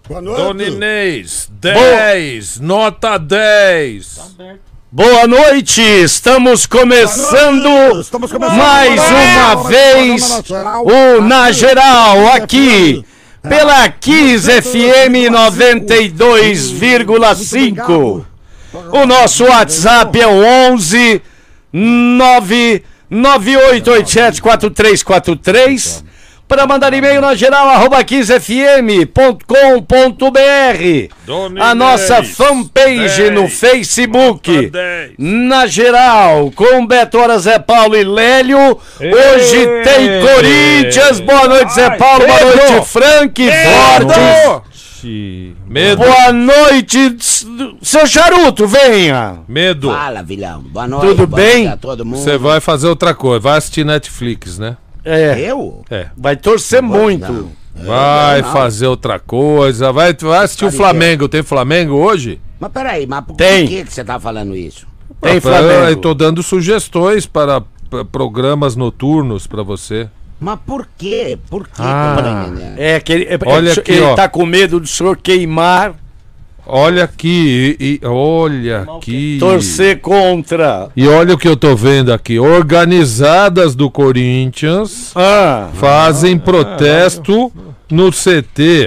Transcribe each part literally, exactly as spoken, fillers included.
Boa noite. Dona Inês, dez, Boa. Nota dez. Boa noite, estamos começando, estamos começando mais uma vez o Na Geral aqui pela Kiss F M noventa e dois vírgula cinco. O nosso WhatsApp é o onze nove nove oito oito sete quatro três quatro três. Para mandar e-mail na geral, arroba kiss f m ponto com ponto b r. A nossa fanpage dez, no Facebook, Na Geral, com Beto Hora, Zé Paulo e Lélio. Ei, hoje tem ei, Corinthians. Boa noite, Zé Paulo. Ai, boa medo. noite, Frank Fortes. Medo. Boa noite, seu Charuto, venha. Medo. Fala, vilão. Boa noite. Tudo boa bem? noite a todo mundo. Você vai fazer outra coisa, vai assistir Netflix, né? É. Eu? É. Vai torcer não, muito. Não. Vai não, não. fazer outra coisa. Vai, vai assistir o Flamengo. Tem Flamengo hoje? Mas peraí, mas por Tem. que, que você tá falando isso? Tem Flamengo. Eu tô dando sugestões para programas noturnos para você. Mas por quê? Por quê? Ah, é que ele, olha ele, aqui, ele ó. tá com medo do senhor queimar. Olha aqui, e, e, olha aqui. Torcer contra. E olha o que eu tô vendo aqui. Organizadas do Corinthians ah, fazem ah, protesto ah, no C T.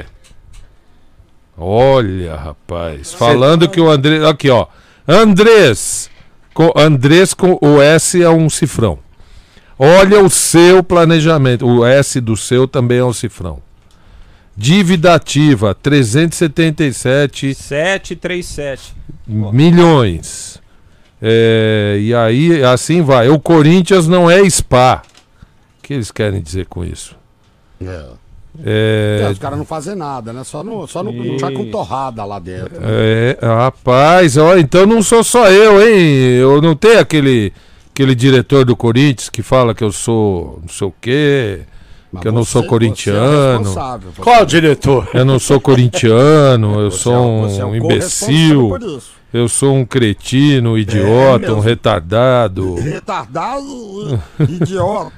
Olha, rapaz. Falando que o Andrés. Aqui, ó. Andrés. Com, Andrés com o S é um cifrão. Olha o seu planejamento. O S do seu também é um cifrão. Dívida ativa, trezentos e setenta e sete sete três sete milhões. É, e aí, assim vai. O Corinthians não é spa. O que eles querem dizer com isso? É. É... É, os caras não fazem nada, né? Só no, só no, e... no chá com torrada lá dentro. Né? É, rapaz, ó, então não sou só eu, hein? Eu não tenho aquele, aquele diretor do Corinthians que fala que eu sou não sei o quê. Mas que eu não você, sou corintiano. É Qual o diretor? Eu não sou corintiano, eu você sou um, é um imbecil. Eu sou um cretino, idiota, é um retardado. Retardado, idiota.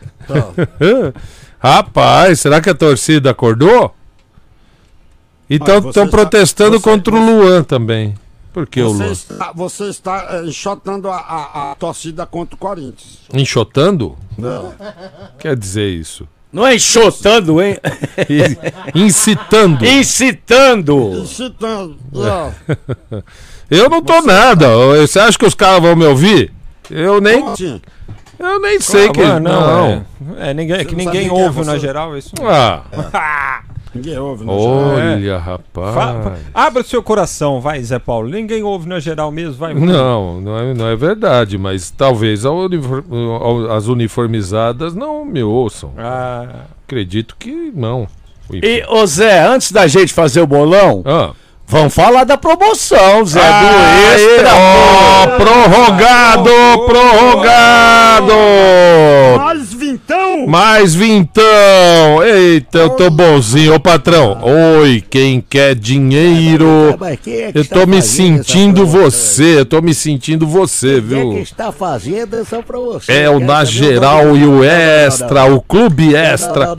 Rapaz, será que a torcida acordou? Então estão protestando você, contra o Luan também. Por que o Luan? Está, você está é, enxotando a, a, a torcida contra o Corinthians. Enxotando? Não. Quer dizer isso? Não é enxotando, hein? Incitando. Incitando. Incitando. É. Eu não tô Você nada. Tá... Você acha que os caras vão me ouvir? Eu nem. Assim? Eu nem sei que. Não, não. É, é ninguém, que ninguém ouve na geral isso. Ah. É. Ninguém ouve na Olha, geral. É. rapaz. Fa Abra o seu coração, vai, Zé Paulo. Ninguém ouve na geral mesmo, vai. Não, não é, não é verdade, mas talvez a uniform... as uniformizadas não me ouçam. Ah. Acredito que não. E, ô Zé, antes da gente fazer o bolão, ah. vamos falar da promoção, Zé, ah, do Extra. Oh, prorrogado, oh, prorrogado. Mais vintão. Mais vintão. Eita, eu tô bonzinho. Ô, patrão. Oi, quem quer dinheiro? Eu tô me sentindo você. Eu tô me sentindo você, viu? Quem é que está fazendo essa promoção? É o Na Geral e o Extra, o Clube Extra.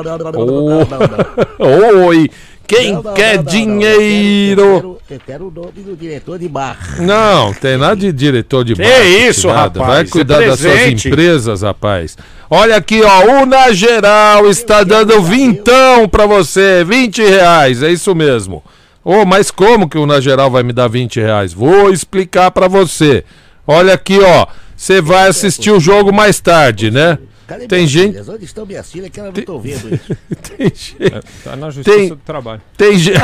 Oi. Quem não, não, quer não, não, dinheiro? Não, eu, quero, eu quero o nome do diretor de bar. Não, tem nada de diretor de bar. É isso, nada. Rapaz. Vai cuidar das suas empresas, rapaz. Olha aqui, ó. O Na Geral está dando vintão pra você. vinte reais, é isso mesmo. Ô, oh, mas como que o Na Geral vai me dar vinte reais? Vou explicar pra você. Olha aqui, ó. Você vai assistir o jogo mais tarde, né? Cadê tem gente. Filhas? Onde estão minhas filhas que elas não estão vendo isso? Tem gente. É, tá na justiça tem... do trabalho. Tem gente.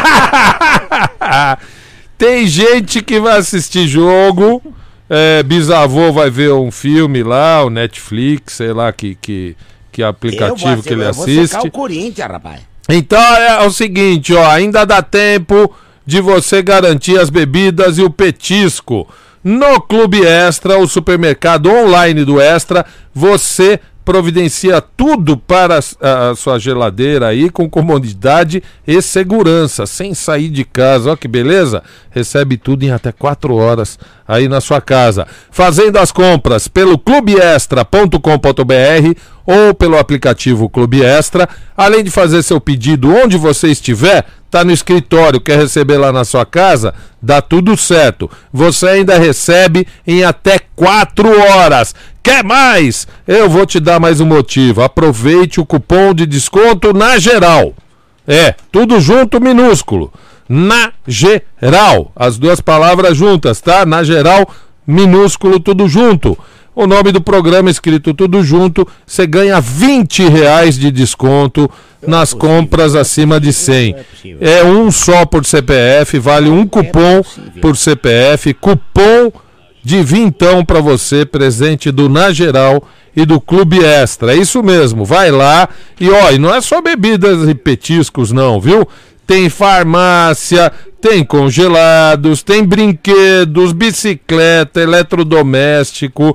Tem gente que vai assistir jogo. É, bisavô vai ver um filme lá, o Netflix, sei lá que, que, que aplicativo vou, que ele eu assiste. Vou o Corinthians, rapaz. Então é, é o seguinte, ó, ainda dá tempo de você garantir as bebidas e o petisco. No Clube Extra, o supermercado online do Extra, você providencia tudo para a, a sua geladeira aí com comodidade e segurança, sem sair de casa. Ó que beleza! Recebe tudo em até quatro horas aí na sua casa. Fazendo as compras pelo clube extra ponto com ponto br ou pelo aplicativo Clube Extra. Além de fazer seu pedido onde você estiver, tá no escritório, quer receber lá na sua casa, dá tudo certo. Você ainda recebe em até quatro horas. Quer mais? Eu vou te dar mais um motivo. Aproveite o cupom de desconto na geral. É, tudo junto, minúsculo. Na geral. As duas palavras juntas, tá? Na geral, minúsculo, tudo junto. O nome do programa escrito tudo junto, você ganha vinte reais de desconto nas compras acima de cem. É um só por C P F, vale um cupom por C P F, cupom de vintão para você, presente do Na Geral e do Clube Extra. É isso mesmo, vai lá e ó, e não é só bebidas e petiscos não, viu? Tem farmácia, tem congelados, tem brinquedos, bicicleta, eletrodoméstico,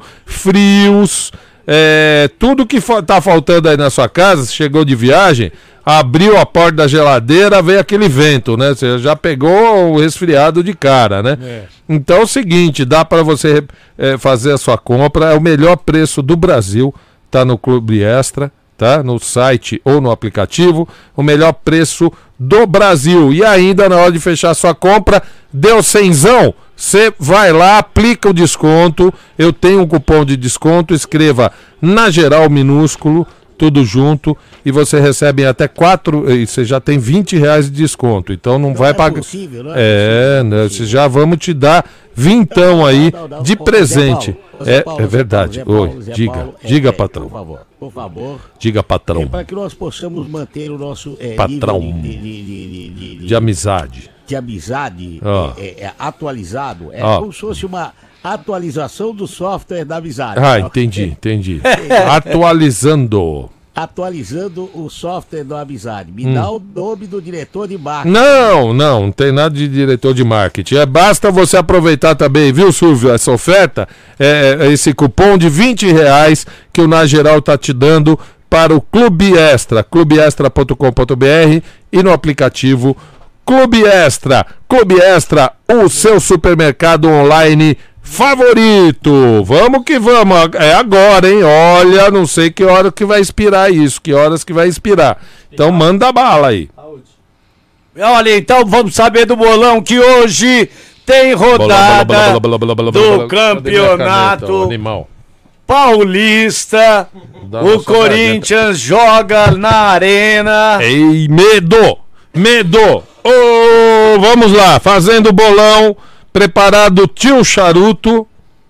frios, é, tudo que fa- tá faltando aí na sua casa, chegou de viagem, abriu a porta da geladeira, veio aquele vento, né? Você já pegou o resfriado de cara, né? É. Então é o seguinte, dá para você é, fazer a sua compra, é o melhor preço do Brasil, tá no Clube Extra, tá? No site ou no aplicativo, o melhor preço do Brasil. E ainda na hora de fechar sua compra, deu cenzão, você vai lá, aplica o desconto, eu tenho um cupom de desconto, escreva Na Geral minúsculo, tudo junto, e você recebe até quatro, e você já tem vinte reais de desconto, então não, não vai é pagar. Possível, não é, é possível, né, você já vamos te dar vintão aí não, não, não, de presente. Paulo, é, Paulo, é verdade. Paulo, Oi, Paulo, diga, Paulo, diga é, patrão. Por favor, por favor. Diga patrão. É, para que nós possamos manter o nosso é, patrão nível de, de, de, de, de, de amizade. De amizade oh. é, é, é, atualizado. É oh. como se fosse uma atualização do software da amizade. Ah, entendi, entendi. Atualizando. Atualizando o software da amizade. Me hum. dá o nome do diretor de marketing. Não, não, não tem nada de diretor de marketing. É, basta você aproveitar também, viu, Silvio, essa oferta, é, é, esse cupom de vinte reais que o Na Geral tá te dando para o Clube Extra, clube extra ponto com ponto b r e no aplicativo Clube Extra. Clube Extra, o seu supermercado online favorito. Vamos que vamos, é agora, hein? Olha, não sei que hora que vai expirar isso, que horas que vai expirar. Então manda bala aí. Olha, então vamos saber do bolão que hoje tem rodada do campeonato paulista. O Corinthians joga na arena. Ei, medo, medo. Oh, vamos lá, fazendo o bolão. Preparado tio Charuto.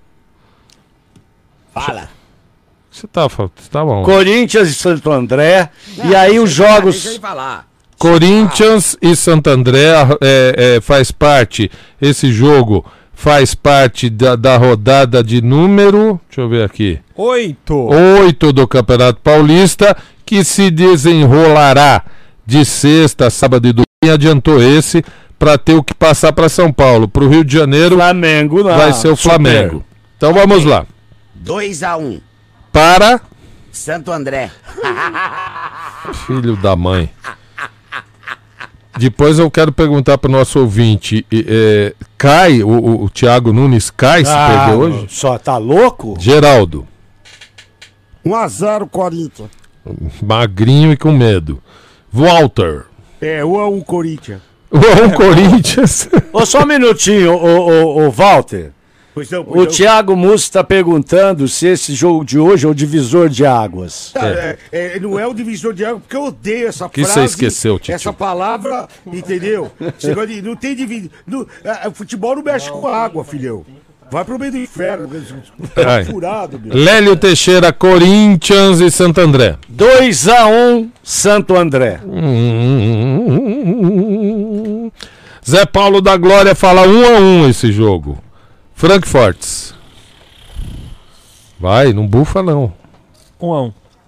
Fala. Você tá, você tá bom. Corinthians e Santo André. Não, e aí os jogos. Deixa eu falar. Corinthians e Santo André é, é, faz parte. Esse jogo faz parte da, da rodada de número. Deixa eu ver aqui. Oito. Oito do Campeonato Paulista, que se desenrolará de sexta, sábado e domingo. Adiantou esse. Para ter o que passar para São Paulo. Para o Rio de Janeiro, Flamengo não, vai ser o Flamengo. Super. Então vamos lá. dois a um. Para Santo André. Filho da mãe. Depois eu quero perguntar para o nosso ouvinte. É, cai, o, o, o Thiago Nunes cai se ah, perder hoje? Só tá louco? Geraldo. um a zero Corinthians. Magrinho e com medo. Walter. É, um a um Corinthians. O Corinthians. Ô, só um minutinho, o, o, o Walter. Pois não, pois o não. Thiago Musso está perguntando se esse jogo de hoje é o divisor de águas. É. É, é, não é o divisor de águas, porque eu odeio essa que frase. Que você esqueceu, Tito? Essa palavra, entendeu? De, não tem divisor. É, futebol não mexe com água, filhão. Vai pro meio do inferno. É furado, meu. Lélio Teixeira, Corinthians e Santo André. dois a um, Santo André. Hum, Zé Paulo da Glória fala um a um esse jogo. Frankfurt. Vai, não bufa não. um a um.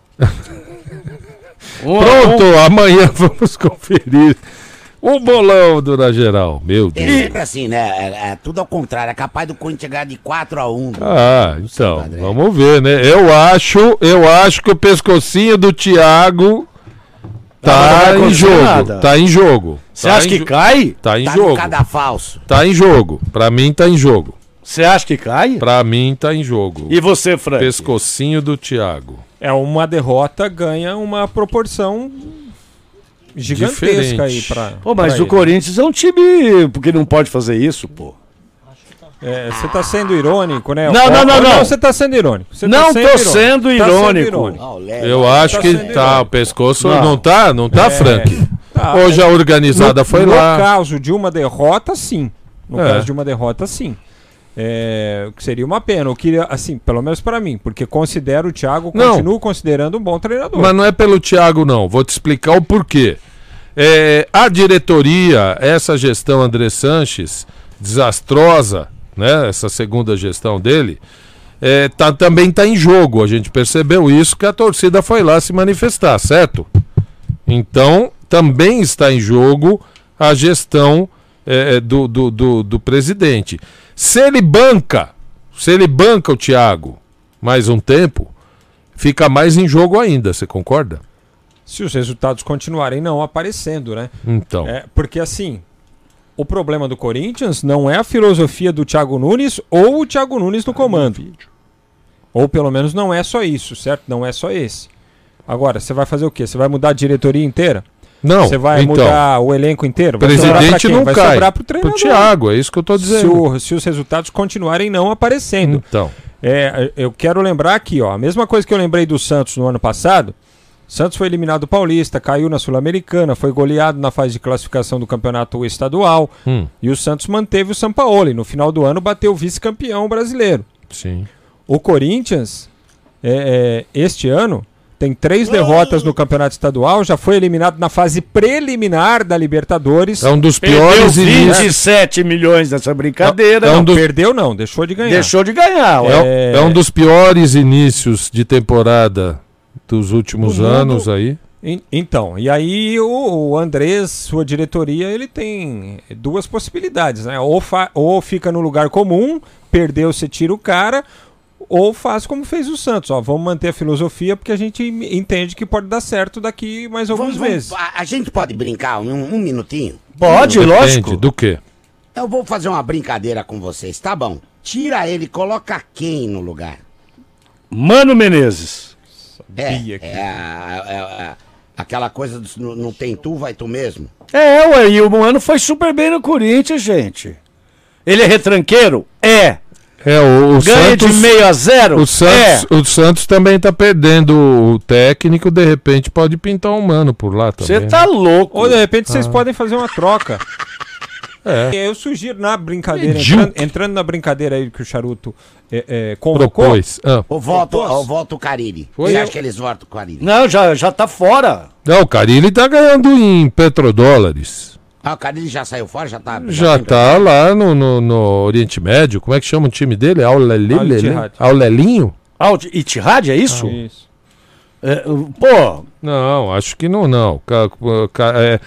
Pronto, um. Amanhã vamos conferir o bolão do Na Geral, meu Deus. É sempre assim, né? É, é tudo ao contrário. É capaz do Corinthians ganhar de quatro a um. Ah, então, vamos ver, né? Eu acho, eu acho que o pescocinho do Thiago tá ah, em jogo. Nada. Tá em jogo. Você tá acha que jo... cai? Tá em tá jogo. Cada falso. Tá em jogo. Pra mim tá em jogo. Você acha que cai? Pra mim tá em jogo. E você, Frank? Pescocinho do Thiago. É, uma derrota ganha uma proporção gigantesca Diferente. aí pra. Pô, mas pra o ele. Corinthians é um time porque não pode fazer isso, pô. É, você tá sendo irônico, né? Não, não, não, não. Você tá sendo irônico. Você Não tá tô irônico. sendo irônico. Não, o Léo- Eu acho tá que sendo tá, irônico. o pescoço Não. não, tá, não tá, É. Frank? Tá, Hoje a organizada no, foi no lá. caso de uma derrota, sim. No É. caso de uma derrota, sim. É, o que seria uma pena. Eu queria, assim, pelo menos pra mim, porque considero o Thiago, Não. continuo considerando um bom treinador. Mas não é pelo Thiago, não. Vou te explicar o porquê. É, a diretoria, essa gestão André Sanches, desastrosa, né? Essa segunda gestão dele, é, tá, também está em jogo. A gente percebeu isso, que a torcida foi lá se manifestar, certo? Então, também está em jogo a gestão é, do, do, do, do presidente. Se ele banca, se ele banca o Thiago mais um tempo, fica mais em jogo ainda, você concorda? Se os resultados continuarem não aparecendo, né? Então. É, porque assim, o problema do Corinthians não é a filosofia do Thiago Nunes ou o Thiago Nunes no comando. Ou pelo menos não é só isso, certo? Não é só esse. Agora, você vai fazer o quê? Você vai mudar a diretoria inteira? Não, Você vai então, mudar o elenco inteiro? o Vai sobrar pra presidente quem? não vai cai. sobrar pro treinador. Pro Thiago, é isso que eu tô Se, dizendo. o- se os resultados continuarem não aparecendo. Então, É, eu quero lembrar aqui, ó, a mesma coisa que eu lembrei do Santos no ano passado. Santos foi eliminado do Paulista, caiu na Sul-Americana, foi goleado na fase de classificação do campeonato estadual. hum, E o Santos manteve o Sampaoli. No final do ano bateu o vice-campeão brasileiro. sim. O Corinthians, é, é, este ano, tem três derrotas no campeonato estadual, já foi eliminado na fase preliminar da Libertadores. É um dos Perdeu piores inícios. vinte e sete milhões nessa brincadeira. É um Não, dos- perdeu não, deixou de ganhar. Deixou de ganhar. É, ué. um- é um dos piores inícios de temporada dos últimos Do mundo. anos aí. En- Então, e aí o, o Andrés, sua diretoria, ele tem duas possibilidades, né? Ou, fa- ou fica no lugar comum, perdeu, você tira o cara, ou faz como fez o Santos, ó, vamos manter a filosofia porque a gente im- entende que pode dar certo daqui mais alguns Vamos, vamos, meses. a, a gente pode brincar um, um minutinho? Pode, Depende lógico. do quê? Eu vou fazer uma brincadeira com vocês, tá bom? Tira ele, coloca quem no lugar? Mano Menezes. É, Sabia que- é, a- é a- aquela coisa do não, não tem tu, vai tu mesmo. É, ué, e o Mano foi super bem no Corinthians, gente. Ele é retranqueiro? É. É, o, o Ganha Santos, de meio a zero? o Santos, É. o Santos também tá perdendo o técnico, de repente pode pintar um mano por lá também. Você tá louco. Ou de repente vocês podem fazer uma troca. É. Eu sugiro na brincadeira, Medíocre. entrando, entrando na brincadeira aí que o Charuto é, é, convocou. Propôs. Ah. Eu voto, Posso? eu voto o Carille. Foi? Você acha que eles votam o Carille? Não, já, já tá fora. Não, o Carille tá ganhando em petrodólares. Ah, o Carille já saiu fora? Já tá... Já tá tá lá no, no, no Oriente Médio. Como é que chama o time dele? Auleli- Al Ittihad. Aulelinho? Ah, o Ittihad, é isso? Isso. É, pô, Não, acho que não, não. Ca- ca- é-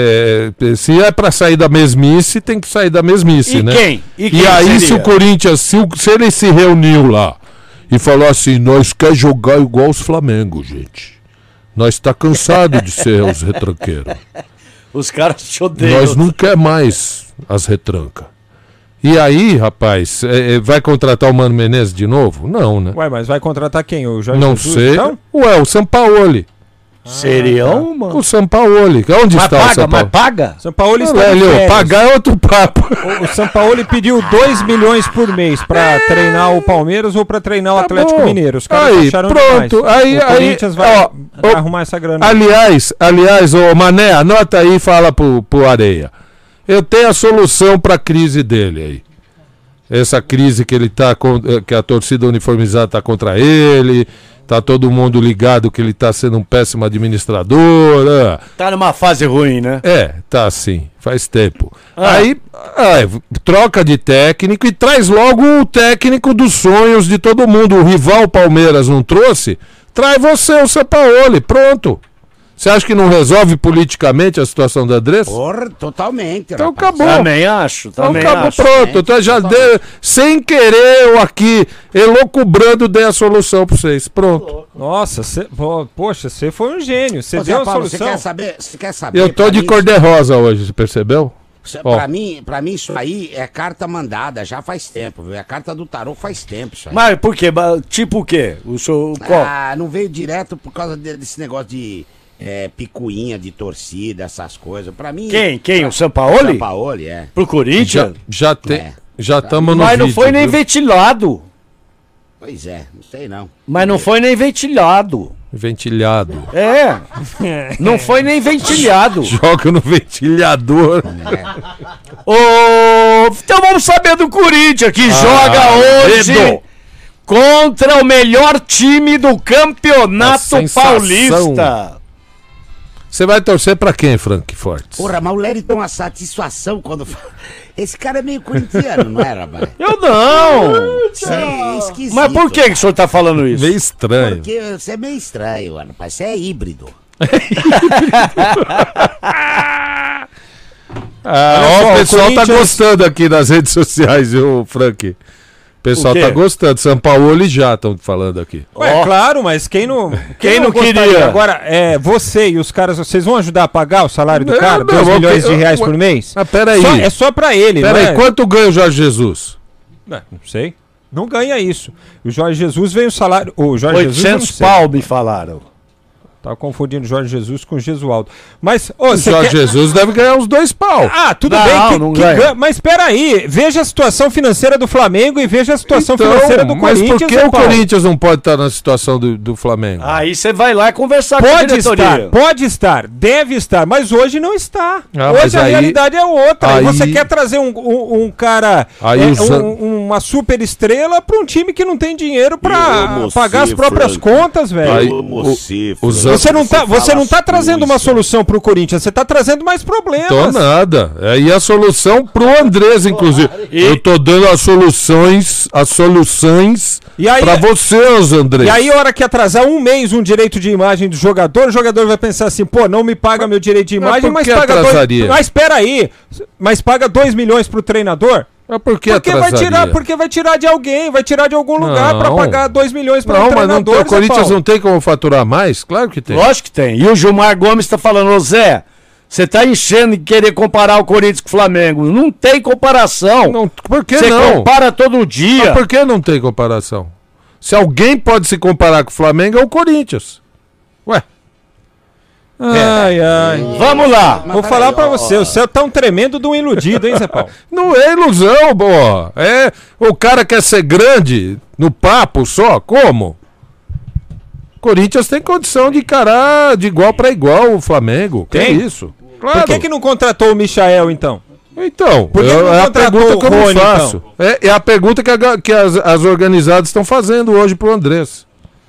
é, se é pra sair da mesmice, tem que sair da mesmice, e né? quem? E, E quem aí, se seria? o Corinthians, se, o- se ele se reuniu lá e falou assim: nós quer jogar igual os Flamengo, gente. Nós tá cansado de ser os retranqueiros. Os caras te odeiam. Nós não quer mais as retrancas. E aí, rapaz, é, é, vai contratar o Mano Menezes de novo? Não, né? Ué, mas vai contratar quem? O Jorge Não Jesus, sei. então? Ué, o Sampaoli. Seria uma. O Sampaoli. Onde Mas está o paga, Sampaoli? mas paga? São Paulo Não, está de Lélio, férias. pagar é outro papo. O, o São Paulo pediu dois milhões por mês pra treinar o Palmeiras ou pra treinar o Tá Atlético bom. Mineiro. Os caras Aí, acharam pronto. demais. Aí- o aí, Corinthians vai, ó, vai ó, arrumar essa grana. Aliás, aliás, ô Mané, anota aí e fala pro, pro Areia. Eu tenho a solução pra crise dele aí. Essa crise que ele tá com, eh, que a torcida uniformizada tá contra ele, tá todo mundo ligado que ele tá sendo um péssimo administrador. ah. Tá numa fase ruim, né? É, tá assim, faz tempo. Ah. Aí, ah, troca de técnico e traz logo o técnico dos sonhos de todo mundo. O rival Palmeiras não trouxe? Traz você, o Sampaoli, pronto. Você acha que não resolve politicamente a situação da Andressa? Porra, totalmente. Então rapaz. acabou. Também acho, Então também acabou, acho. pronto. Então já deu, sem querer eu aqui, elocubrando, dei a solução pra vocês. Pronto. Nossa, cê- pô, poxa, você foi um gênio. Você Ô, Zé deu a Paulo, você solução. quer saber? Você quer saber? Eu tô pra de mim, cor de rosa hoje, você percebeu? Oh. Pra mim, pra mim, isso aí é carta mandada, já faz tempo, viu? É carta do tarô faz tempo isso aí. Mas por quê? Tipo o quê? O senhor, qual? Ah, não veio direto por causa desse negócio de é, picuinha de torcida, essas coisas. Pra mim... Quem? Quem? Pra... O Sampaoli? Sampaoli, é. Pro Corinthians? Já, já tem... É. Já estamos no Mas vídeo, não foi nem viu? ventilado. Pois é, não sei não. Mas não foi nem ventilado. Ventilhado. É. Não foi nem ventilado. Joga no ventilador. Ô, então vamos saber do Corinthians, que Ah, joga hoje Edu. contra o melhor time do A Campeonato sensação. Paulista. Você vai torcer pra quem, Frank Fortes? Porra, mas o Léry tem uma satisfação quando fala. Esse cara é meio corintiano, não é, rapaz? Eu não. É esquisito. Mas por que, que o senhor tá falando isso? Meio estranho. Porque você é meio estranho, rapaz. Você é híbrido. Ah, Olha ó, só, o o pessoal tá Corinthians- gostando aqui nas redes sociais, viu, Frank? O pessoal O quê? tá gostando. São Paulo já estão falando aqui. Ué, Ó. claro, mas quem não. Quem não gostaria? queria? Agora, é, você e os caras, vocês vão ajudar a pagar o salário do Não, cara? não, dois ok, milhões de eu- reais eu- por mês? Ah, peraí. Só- é só pra ele, Peraí, não é? quanto ganha o Jorge Jesus? Não, não sei. Não ganha isso. O Jorge Jesus veio o salário. O Jorge Jesus. eu não oitocentos sei. pau me falaram. Tava confundindo Jorge Jesus com Gesualdo. Mas, ô, O você Jorge quer... Jesus deve ganhar uns dois pau. Ah, tudo Não, bem. Que, não que ganha. ganha- Mas espera aí. Veja a situação financeira do Flamengo e veja a situação financeira do Então, mas Corinthians. por que São o Paulo. Corinthians não pode estar na situação do, do Flamengo? Aí você vai lá conversar com a Pode diretoria. estar, pode estar, deve estar, mas hoje não está. Ah, mas hoje a aí- realidade é outra. aí- E você quer trazer um, um, um cara, Aí é, usa- um- uma super estrela para um time que não tem dinheiro Eu para almocei, pagar as próprias Frank. contas, velho. Aí- Eu almocei, o- os Frank. Você não tá, você não tá fala trazendo uma coisa. solução pro Corinthians, você tá trazendo mais problemas. Tô nada. Aí a solução pro Andrés, inclusive. Eu tô dando as soluções, as soluções E aí- pra vocês, Andrés. E aí, a hora que atrasar um mês um direito de imagem do jogador, o jogador vai pensar assim, pô, não me paga meu direito de Mas imagem, por mas que paga atrasaria? dois. Mas espera aí, mas paga dois milhões pro treinador? Mas por que Porque vai atrasaria? tirar, porque vai tirar de alguém, vai tirar de algum lugar pra Não. pagar dois milhões para Não, um mas não, treinador. tem- o Corinthians Zé Paulo. não tem como faturar mais? Claro que tem. Lógico que tem. E o Gilmar Gomes tá falando, ô Zé, você tá enchendo de querer comparar o Corinthians com o Flamengo. Não tem comparação. Não, por que Você não? compara todo Mas dia. por que não tem comparação? Se alguém pode se comparar com o Flamengo, é o Corinthians. Ué. Ai, ai. Vamos lá. Vou falar pra você, o céu tá um tremendo de um iludido, hein, Zé Paulo? Não é ilusão, pô. É, o cara quer ser grande no papo só? Como? Corinthians tem condição de encarar de igual pra igual o Flamengo. Que Tem? isso? Claro. Por que que não contratou o Michael, então? Então, Por que eu- que não é a contratou pergunta que eu o não Rony, faço. É, é a pergunta que, a- que as, as organizadas estão fazendo hoje pro Andrés.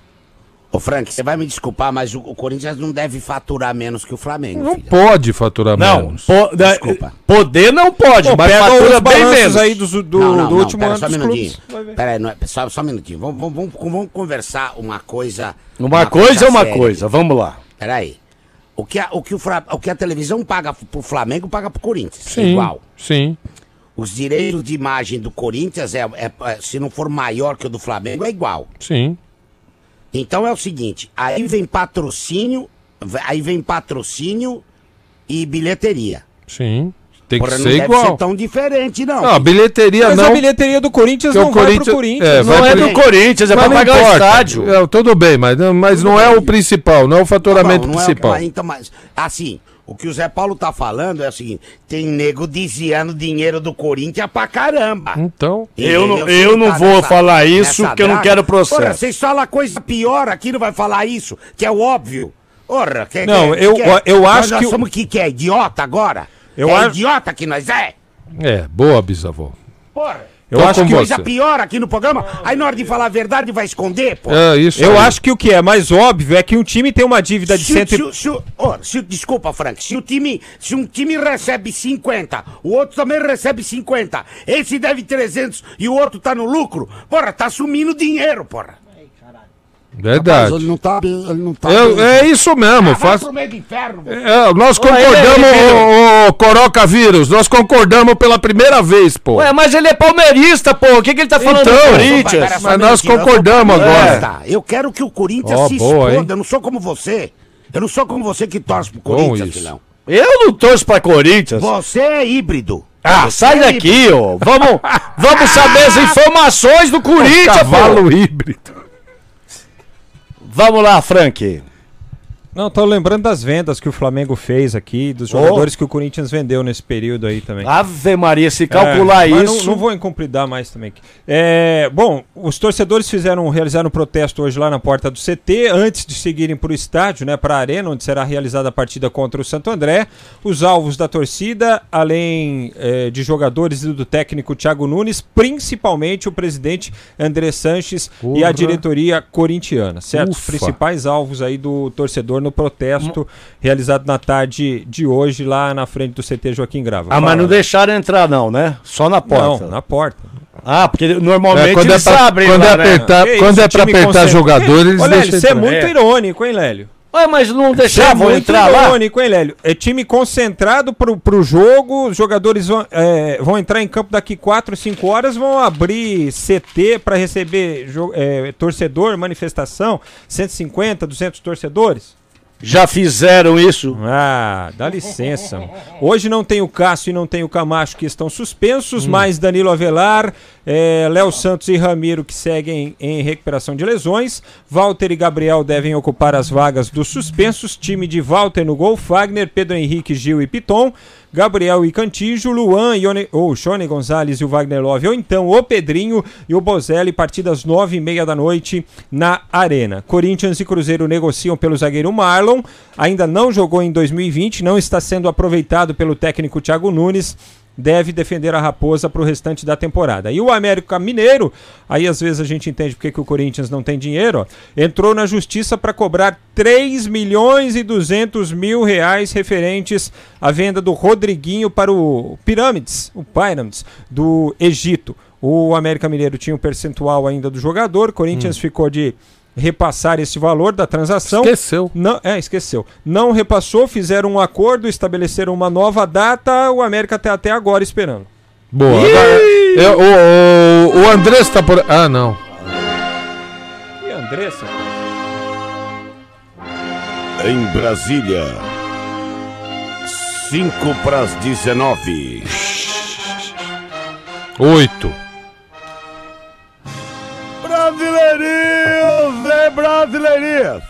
Ô, Frank, você vai me desculpar, mas o, o Corinthians não deve faturar menos que o Flamengo, Não filho. pode faturar Não, menos. po- da- Desculpa. poder não pode, Pô, mas pega fatura os bem balanços menos. aí do, do, Não, não, do não, último pera, ano só um dos minutinho. clubes. Vai ver. Pera aí, não é- só, só um minutinho. Vamos, vamos, vamos, vamos conversar uma coisa... Uma coisa é uma séria. coisa, vamos lá. Pera aí. O que, a, o, que o, Fra- o que a televisão paga pro Flamengo, paga pro Corinthians. Sim, Igual. sim. Os direitos de imagem do Corinthians, é, é- é- se não for maior que o do Flamengo, é igual. Sim. Então é o seguinte, aí vem patrocínio, aí vem patrocínio e bilheteria. Sim. Tem que Porra, não ser deve igual. ser tão diferente, não. Não, a bilheteria Mas não. a bilheteria do Corinthians Porque não o vai Corinthians- pro Corinthians. é, Não vai é pro- do Corinthians, é pra Mas não pagar o importa. estádio. É, tudo bem, mas, mas não é o principal, não é o faturamento Não, não é o- principal. mas, então, mas, assim, o que o Zé Paulo tá falando é o seguinte, tem nego desviando dinheiro do Corinthians pra caramba. Então. Eu não- Entendeu? eu Você não tá vou falar isso, nessa porque eu não draga. quero processo. Ora, vocês falam coisa pior aqui, não vai falar isso, que é o óbvio. Ora, que, Não, que- eu- que é? eu Nós- acho nós que o- somos que, que é idiota agora? Eu é acho- idiota que nós é? É, boa, bisavô. Porra. Eu Tô acho com que Coisa você. pior aqui no programa, aí na hora de falar a verdade vai esconder, pô. É isso. Eu aí. acho que o que é mais óbvio é que um time tem uma dívida de Se, cento e... se, se, ó, se- desculpa, Frank. Se o time, se um time recebe cinquenta, o outro também recebe cinquenta. Esse deve trezentos e o outro tá no lucro. Porra, tá sumindo dinheiro, porra. Verdade. Ele não tá bem, ele não tá Eu- bem. é isso mesmo. Ah, vai Faz... pro meio do inferno. velho. É, nós ele é concordamos, filho. o, o Coroca Vírus, nós concordamos pela primeira vez, pô. Ué, mas ele é palmeirista, pô. O que, que ele tá falando Então, do Pera Corinthians? só um mas nós minutinho, eu sou concordamos palmeirense, agora. tá? Eu quero que o Corinthians Ó, se boa, exploda. hein? Eu não sou como você. Eu não sou como você que torce pro Bom Corinthians, isso. filhão. Eu não torço pra Corinthians. Você é híbrido. Ah, Você sai é daqui, ó. Vamos, vamos saber as informações do Corinthians, Cavalo pô. híbrido. Vamos lá, Frank. Não, tô lembrando das vendas que o Flamengo fez aqui, dos jogadores oh. que o Corinthians vendeu nesse período aí também. Ave Maria, se calcular é, isso... Não, não vou incumpridar mais também. É, bom, os torcedores fizeram, realizaram um protesto hoje lá na porta do C T, antes de seguirem para o estádio, né, para a arena, onde será realizada a partida contra o Santo André. Os alvos da torcida, além é, de jogadores e do técnico Thiago Nunes, principalmente o presidente André Sanches Porra. e a diretoria corintiana, certo? Ufa. Os principais alvos aí do torcedor no protesto realizado na tarde de hoje lá na frente do C T Joaquim Grava. Ah, Fala. Mas não deixaram entrar não, né? Só na porta. Não, na porta. Ah, porque normalmente é, quando eles é pra, abrem quando lá, é apertar, né? Quando isso, é pra apertar jogador, eles Ô, Lélio, deixam você é entrar. muito É. irônico, hein, Lélio? Ué, mas não deixavam é muito entrar lá? irônico, hein, Lélio? É time concentrado pro, pro jogo, os jogadores vão, é, vão entrar em campo daqui quatro, cinco horas, vão abrir C T para receber é, torcedor, manifestação, cento e cinquenta, duzentos torcedores. Já fizeram isso? Ah, dá licença. Hoje não tem o Cássio e não tem o Camacho que estão suspensos, hum. mas Danilo Avelar, é, Léo Santos e Ramiro que seguem em recuperação de lesões. Walter e Gabriel devem ocupar as vagas dos suspensos. Time de Walter no gol, Fagner, Pedro Henrique, Gil e Piton. Gabriel e Cantígio, Luan, Ione, ou Shone Gonzalez e o Wagner Love, ou então o Pedrinho e o Bozelli, partidas nove e meia da noite na Arena. Corinthians e Cruzeiro negociam pelo zagueiro Marlon, ainda não jogou em dois mil e vinte, não está sendo aproveitado pelo técnico Thiago Nunes, deve defender a Raposa para o restante da temporada. E o América Mineiro, aí às vezes a gente entende porque que o Corinthians não tem dinheiro, ó, entrou na justiça para cobrar três milhões e duzentos mil reais referentes à venda do Rodriguinho para o Pirâmides, o Pyramids, do Egito. O América Mineiro tinha um percentual ainda do jogador, o Corinthians hum. ficou de repassar esse valor da transação. Esqueceu. Não, é, esqueceu. Não repassou, fizeram um acordo, estabeleceram uma nova data, o América até, até agora esperando. Boa. Eu, o, o, o Andrés tá por... Ah, não. E Andressa? Em Brasília, cinco para as dezenove. Oito. Brasileirinhos e brasileirinhas!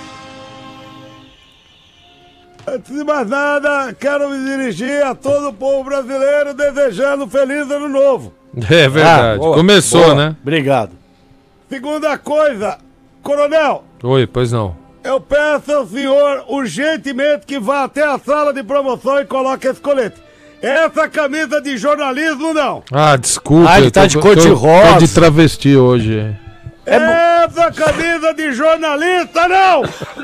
Antes de mais nada, quero me dirigir a todo o povo brasileiro desejando um feliz ano novo. É verdade. Ah, boa, começou, boa. Né? Obrigado. Segunda coisa, coronel. Oi, pois não. Eu peço ao senhor urgentemente que vá até a sala de promoção e coloque esse colete. Essa camisa de jornalismo, não. Ah, desculpa. Ah, ele tá tô, de cor tô, de rosa. Tô de travesti hoje. É Essa camisa de jornalista, não.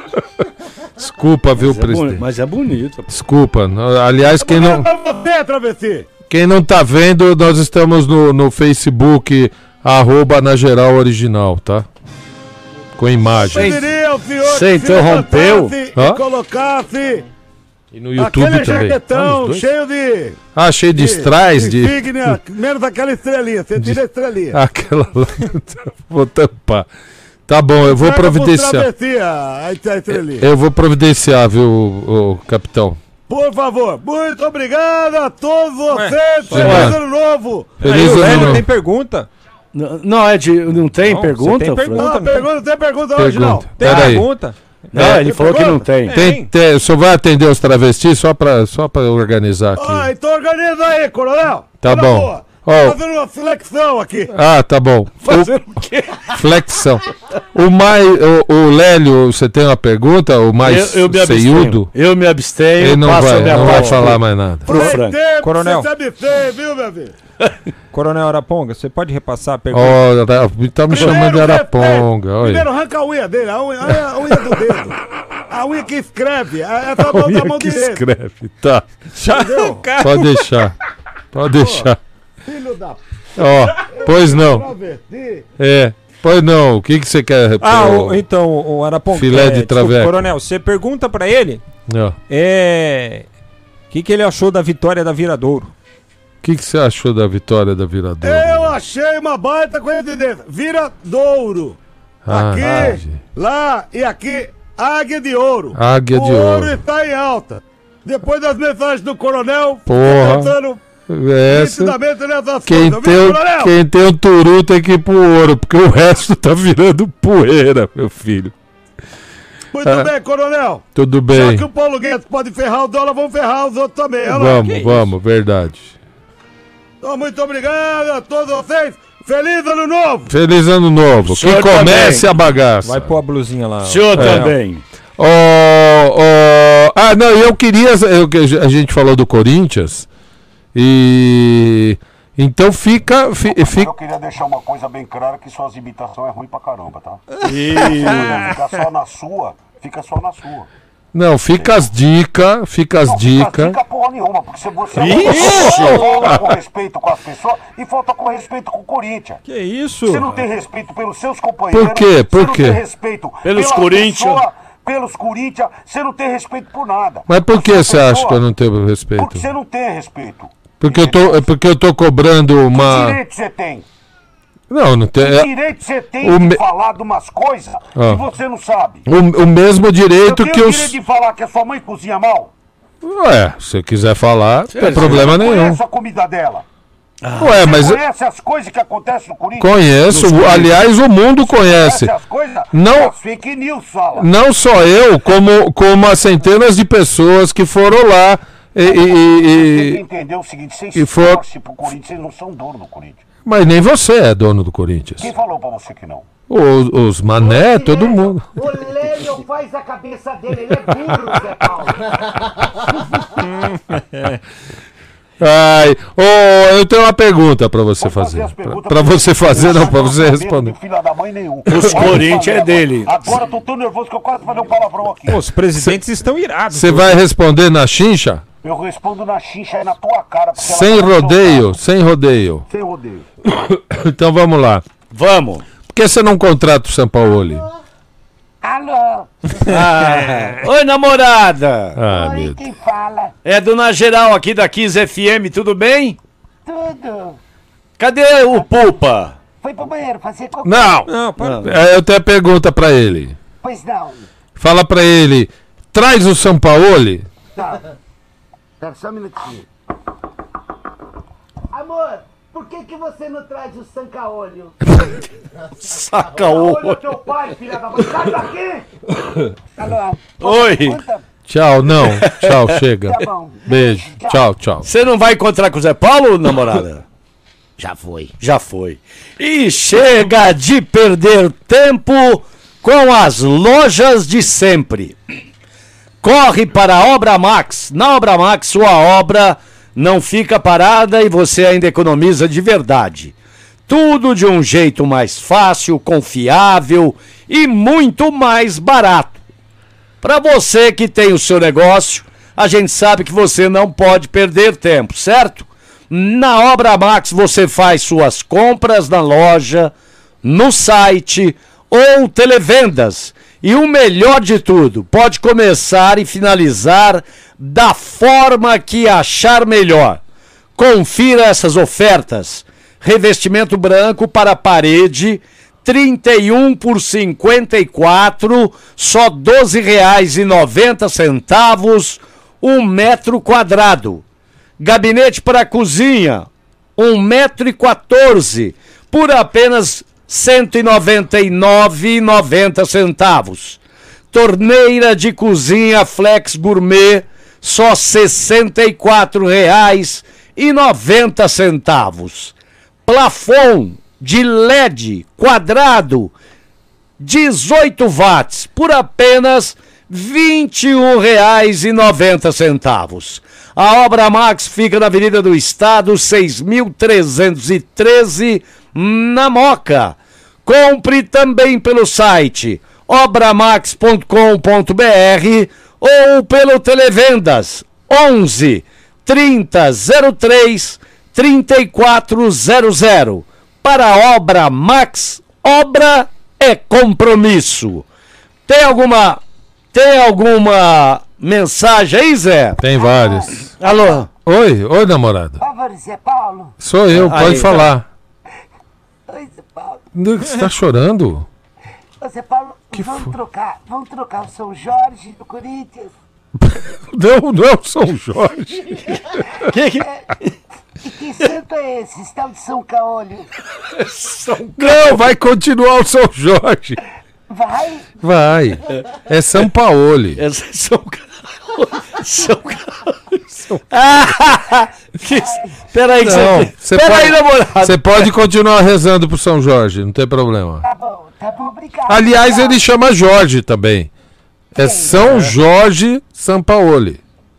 Desculpa, viu, mas presidente. É mas é bonito. Desculpa. Aliás, quem não... Você, travesti. Quem não tá vendo, nós estamos no, no Facebook, arroba na geral original, tá? Com imagem. Você interrompeu? E colocasse... E no YouTube aquele também. Jaquetão ah, cheio de... Ah, cheio de, de strass, de... Insígnia, menos aquela estrelinha, você tira a estrelinha. Aquela lá, vou tampar. Tá bom, eu vou Pega providenciar. A estrelinha. Eu vou providenciar, viu, o, o capitão. Por favor, muito obrigado a todos vocês. Feliz ano novo. Feliz ano novo. Tem pergunta? Não, não, é de, não tem não, pergunta? Tem pergunta, não, pergunta, tem pergunta, pergunta hoje não. Tem pergunta? Não, é, ele falou pergunta? que não tem. Tem, tem. O senhor vai atender os travestis só pra, só pra organizar aqui. Ah, então organiza aí, coronel. Tá bom. Tô oh. fazendo uma flexão aqui. Ah, tá bom. Fazendo o quê? Flexão. O mais, o, o Lélio, você tem uma pergunta? O mais eu, eu me ceiudo? Eu me abstenho. Ele não vai, não vai falar mais nada. Pro Frank. Coronel. Você se abstém, viu, meu filho? Coronel Araponga, você pode repassar a pergunta? Oh, tá me chamando de Araponga. Olha. Primeiro arranca a unha dele, a unha, a unha do dedo. A unha que escreve, essa a mão da mão que direita. escreve, tá. Já, pode deixar, pode deixar. Filho da... Ó, oh, pois não. É, pois não. O que que você quer? Ah, o, então, o Araponga. Filé de é, traveco. Coronel, você pergunta pra ele. Não. É... O que que ele achou da vitória da Viradouro? O que que você achou da vitória da Viradouro? Eu achei uma baita coincidência. Viradouro. Ah, aqui, ah, lá e aqui, águia de ouro. Águia o de ouro. ouro está em alta. Depois das mensagens do coronel, Porra. tentando Essa, ensinamento nessas quem, coisas, tem, viu, o- coronel? quem tem o turu tem que ir pro ouro, porque o resto tá virando poeira, meu filho. Muito Ah. bem, coronel. Tudo Já bem. que o Paulo Guedes pode ferrar o dólar, vamos ferrar os outros também. olha lá. Vamos, vamos, verdade. Então, muito obrigado a todos vocês. Feliz ano novo! Feliz ano novo. Que senhor comece também. a bagaça. Vai pôr a blusinha lá. O senhor É. também. Ó, ó, ah, não, eu queria. Eu, a gente falou do Corinthians. E. Então fica. fi- fica Eu queria deixar uma coisa bem clara, que suas imitações é ruim pra caramba, tá? E... Fica só na sua, fica só na sua. não, fica as dicas. Fica as Não dicas. fica porra nenhuma, porque se você Ixi! falta com respeito com as pessoas e falta com respeito com o Corinthians. Que isso? Você não tem respeito pelos seus companheiros. Por quê? Por você não quê? tem respeito Pelos pela Corinthians. pessoa, pelos Corinthians, você não tem respeito por nada. Mas por que é você acha que eu não tenho Porque respeito? você não tem respeito. Porque eu tô, é porque eu tô cobrando Que uma. direito você tem? Não, não tem. Que é- direito você tem o de me- falar de umas coisas Ah. que você não sabe? O, o mesmo Eu direito tenho que o os. direito de falar que a sua mãe cozinha mal? Ué, se quiser falar, não tem problema Você nenhum. conhece a comida dela? Ué, mas Você conhece as coisas que acontecem no Corinthians? conheço. Aliás, o mundo conhece. Conhece as coisas? Não- As fake news fala. Não só eu, como, como as centenas de pessoas que foram lá e. e- Você tem que e- e- entender o seguinte, vocês e for- torcem pro Corinthians, vocês não são dono do Corinthians. Mas nem você é dono do Corinthians. Quem falou pra você que não? Os, os mané, todo mundo. O Lélio faz a cabeça dele, ele é burro, Zé Paulo. Ai, ô, eu tenho uma pergunta pra você Pode fazer. as Pra, perguntas, pra porque você fazer, não, pra eu você tenho responder. de filha da mãe nenhum. Os Olha, eu Corinthians falei é agora. dele. Agora eu tô tão nervoso que eu quase falei um palavrão aqui. Pô, os presidentes estão irados. Você vai responder na chincha? Eu respondo na xincha aí na tua cara. porque ela Sem tá no seu rodeio, carro. sem rodeio. Sem rodeio. Então vamos lá. Vamos. Por que você não contrata o Sampaoli? Alô? Ah, oi, namorada. Ah, Oi, meu Deus. quem fala? É do Na Geral aqui da Kiss F M, tudo bem? Tudo. Cadê o Pupa? Foi pro banheiro fazer cocô? Não! Não, para. É, eu tenho a pergunta pra ele. Pois não. Fala pra ele, traz o Sampaoli. Tá. Pera só um minutinho. Amor, por que que você não traz o Sancaolho? Saca o. Olha teu pai, filha da mãe, sai daqui! Alô? Oi. Conta. Tchau, não. Tchau, chega. Tá bom. Beijo. Tchau, tchau. Você não vai encontrar com o Zé Paulo, namorada? Já foi. Já foi. E chega de perder tempo com as lojas de sempre. Corre para a Obra Max. Na Obra Max, sua obra não fica parada e você ainda economiza de verdade. Tudo de um jeito mais fácil, confiável e muito mais barato. Para você que tem o seu negócio, a gente sabe que você não pode perder tempo, certo? Na Obra Max você faz suas compras na loja, no site ou televendas. E o melhor de tudo, pode começar e finalizar da forma que achar melhor. Confira essas ofertas. Revestimento branco para parede, trinta e um por cinquenta e quatro, só doze reais e noventa centavos, um metro quadrado. Gabinete para cozinha, um metro e quatorze, por apenas cento e noventa e nove reais e noventa centavos. Torneira de cozinha Flex Gourmet, só sessenta e quatro reais e noventa centavos. Plafon de L E D quadrado, dezoito watts, por apenas vinte e um reais e noventa centavos. A Obra Max fica na Avenida do Estado, seis mil trezentos e treze, na Moca. Compre também pelo site obramax ponto com ponto br ou pelo Televendas onze, trinta, zero três, trinta e quatro zero zero. Para a Obra Max, obra é compromisso. Tem alguma tem alguma mensagem aí, Zé? Tem vários. Alô? Oi, oi, namorada. Por favor, Zé Paulo. Sou eu, Aí, pode tá. falar. Oi, Zé Paulo. Você tá chorando? Ô, Zé Paulo, Que vamos foi? trocar. Vamos trocar o São Jorge do Corinthians Não, não é o São Jorge. Que que... E que santo é esse? Esse tal de São Caolho? Não, vai continuar o São Jorge. Vai? Vai. É São Paoli. É São Carlos. São Carlos. Ah, que... Peraí, Não, você peraí, pode, namorado. você pode continuar rezando pro São Jorge, não tem problema. Tá bom, tá bom, obrigado. Aliás, obrigado. ele chama Jorge também. É São Jorge Sampaoli.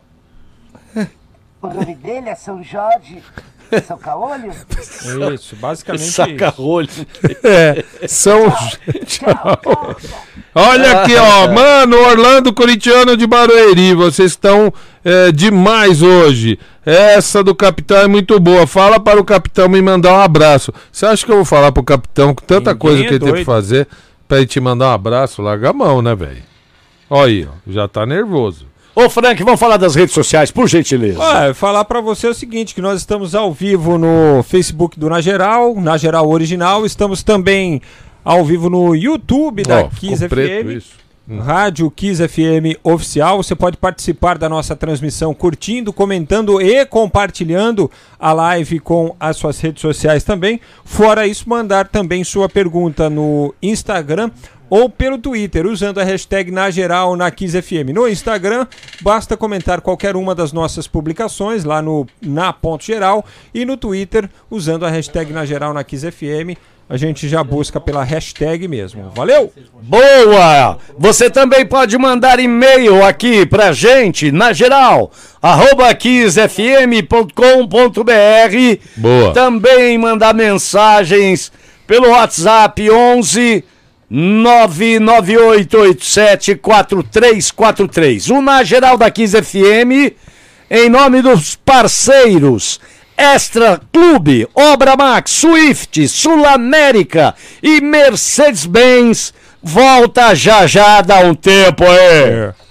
O nome dele é São Jorge São Caolho? Isso, basicamente Saca isso. rolho. É, São. Tchau, tchau. Olha aqui, ó. Mano, Orlando Corintiano de Barueri. Vocês estão é, demais hoje. Essa do capitão é muito boa. Fala para o capitão me mandar um abraço. Você acha que eu vou falar pro capitão com tanta Ninguém coisa é que ele tem doido. que fazer pra ele te mandar um abraço? Larga a mão, né, velho? Olha aí, ó. Já tá nervoso. Ô, Frank, vamos falar das redes sociais, por gentileza. Ah, falar pra você o seguinte, que nós estamos ao vivo no Facebook do Na Geral, Na Geral Original, estamos também ao vivo no YouTube da Ó, ficou Kiss preto F M, isso. Rádio Kiss F M Oficial. Você pode participar da nossa transmissão curtindo, comentando e compartilhando a live com as suas redes sociais também. Fora isso, mandar também sua pergunta no Instagram ou pelo Twitter, usando a hashtag Na Geral na Kiss F M. No Instagram, basta comentar qualquer uma das nossas publicações lá no Na Ponto Geral, e no Twitter, usando a hashtag Na Geral na Kiss F M. A gente já busca pela hashtag mesmo. Valeu! Boa! Você também pode mandar e-mail aqui pra gente, na geral, arroba kiss f m ponto com ponto b r. Boa. Também mandar mensagens pelo WhatsApp onze nove nove oito oito sete quatro três quatro três. O Na Geral da Kiss F M, em nome dos parceiros Extra Clube, Obra Max, Swift, Sul América e Mercedes-Benz, volta já já, dá um tempo aí. É.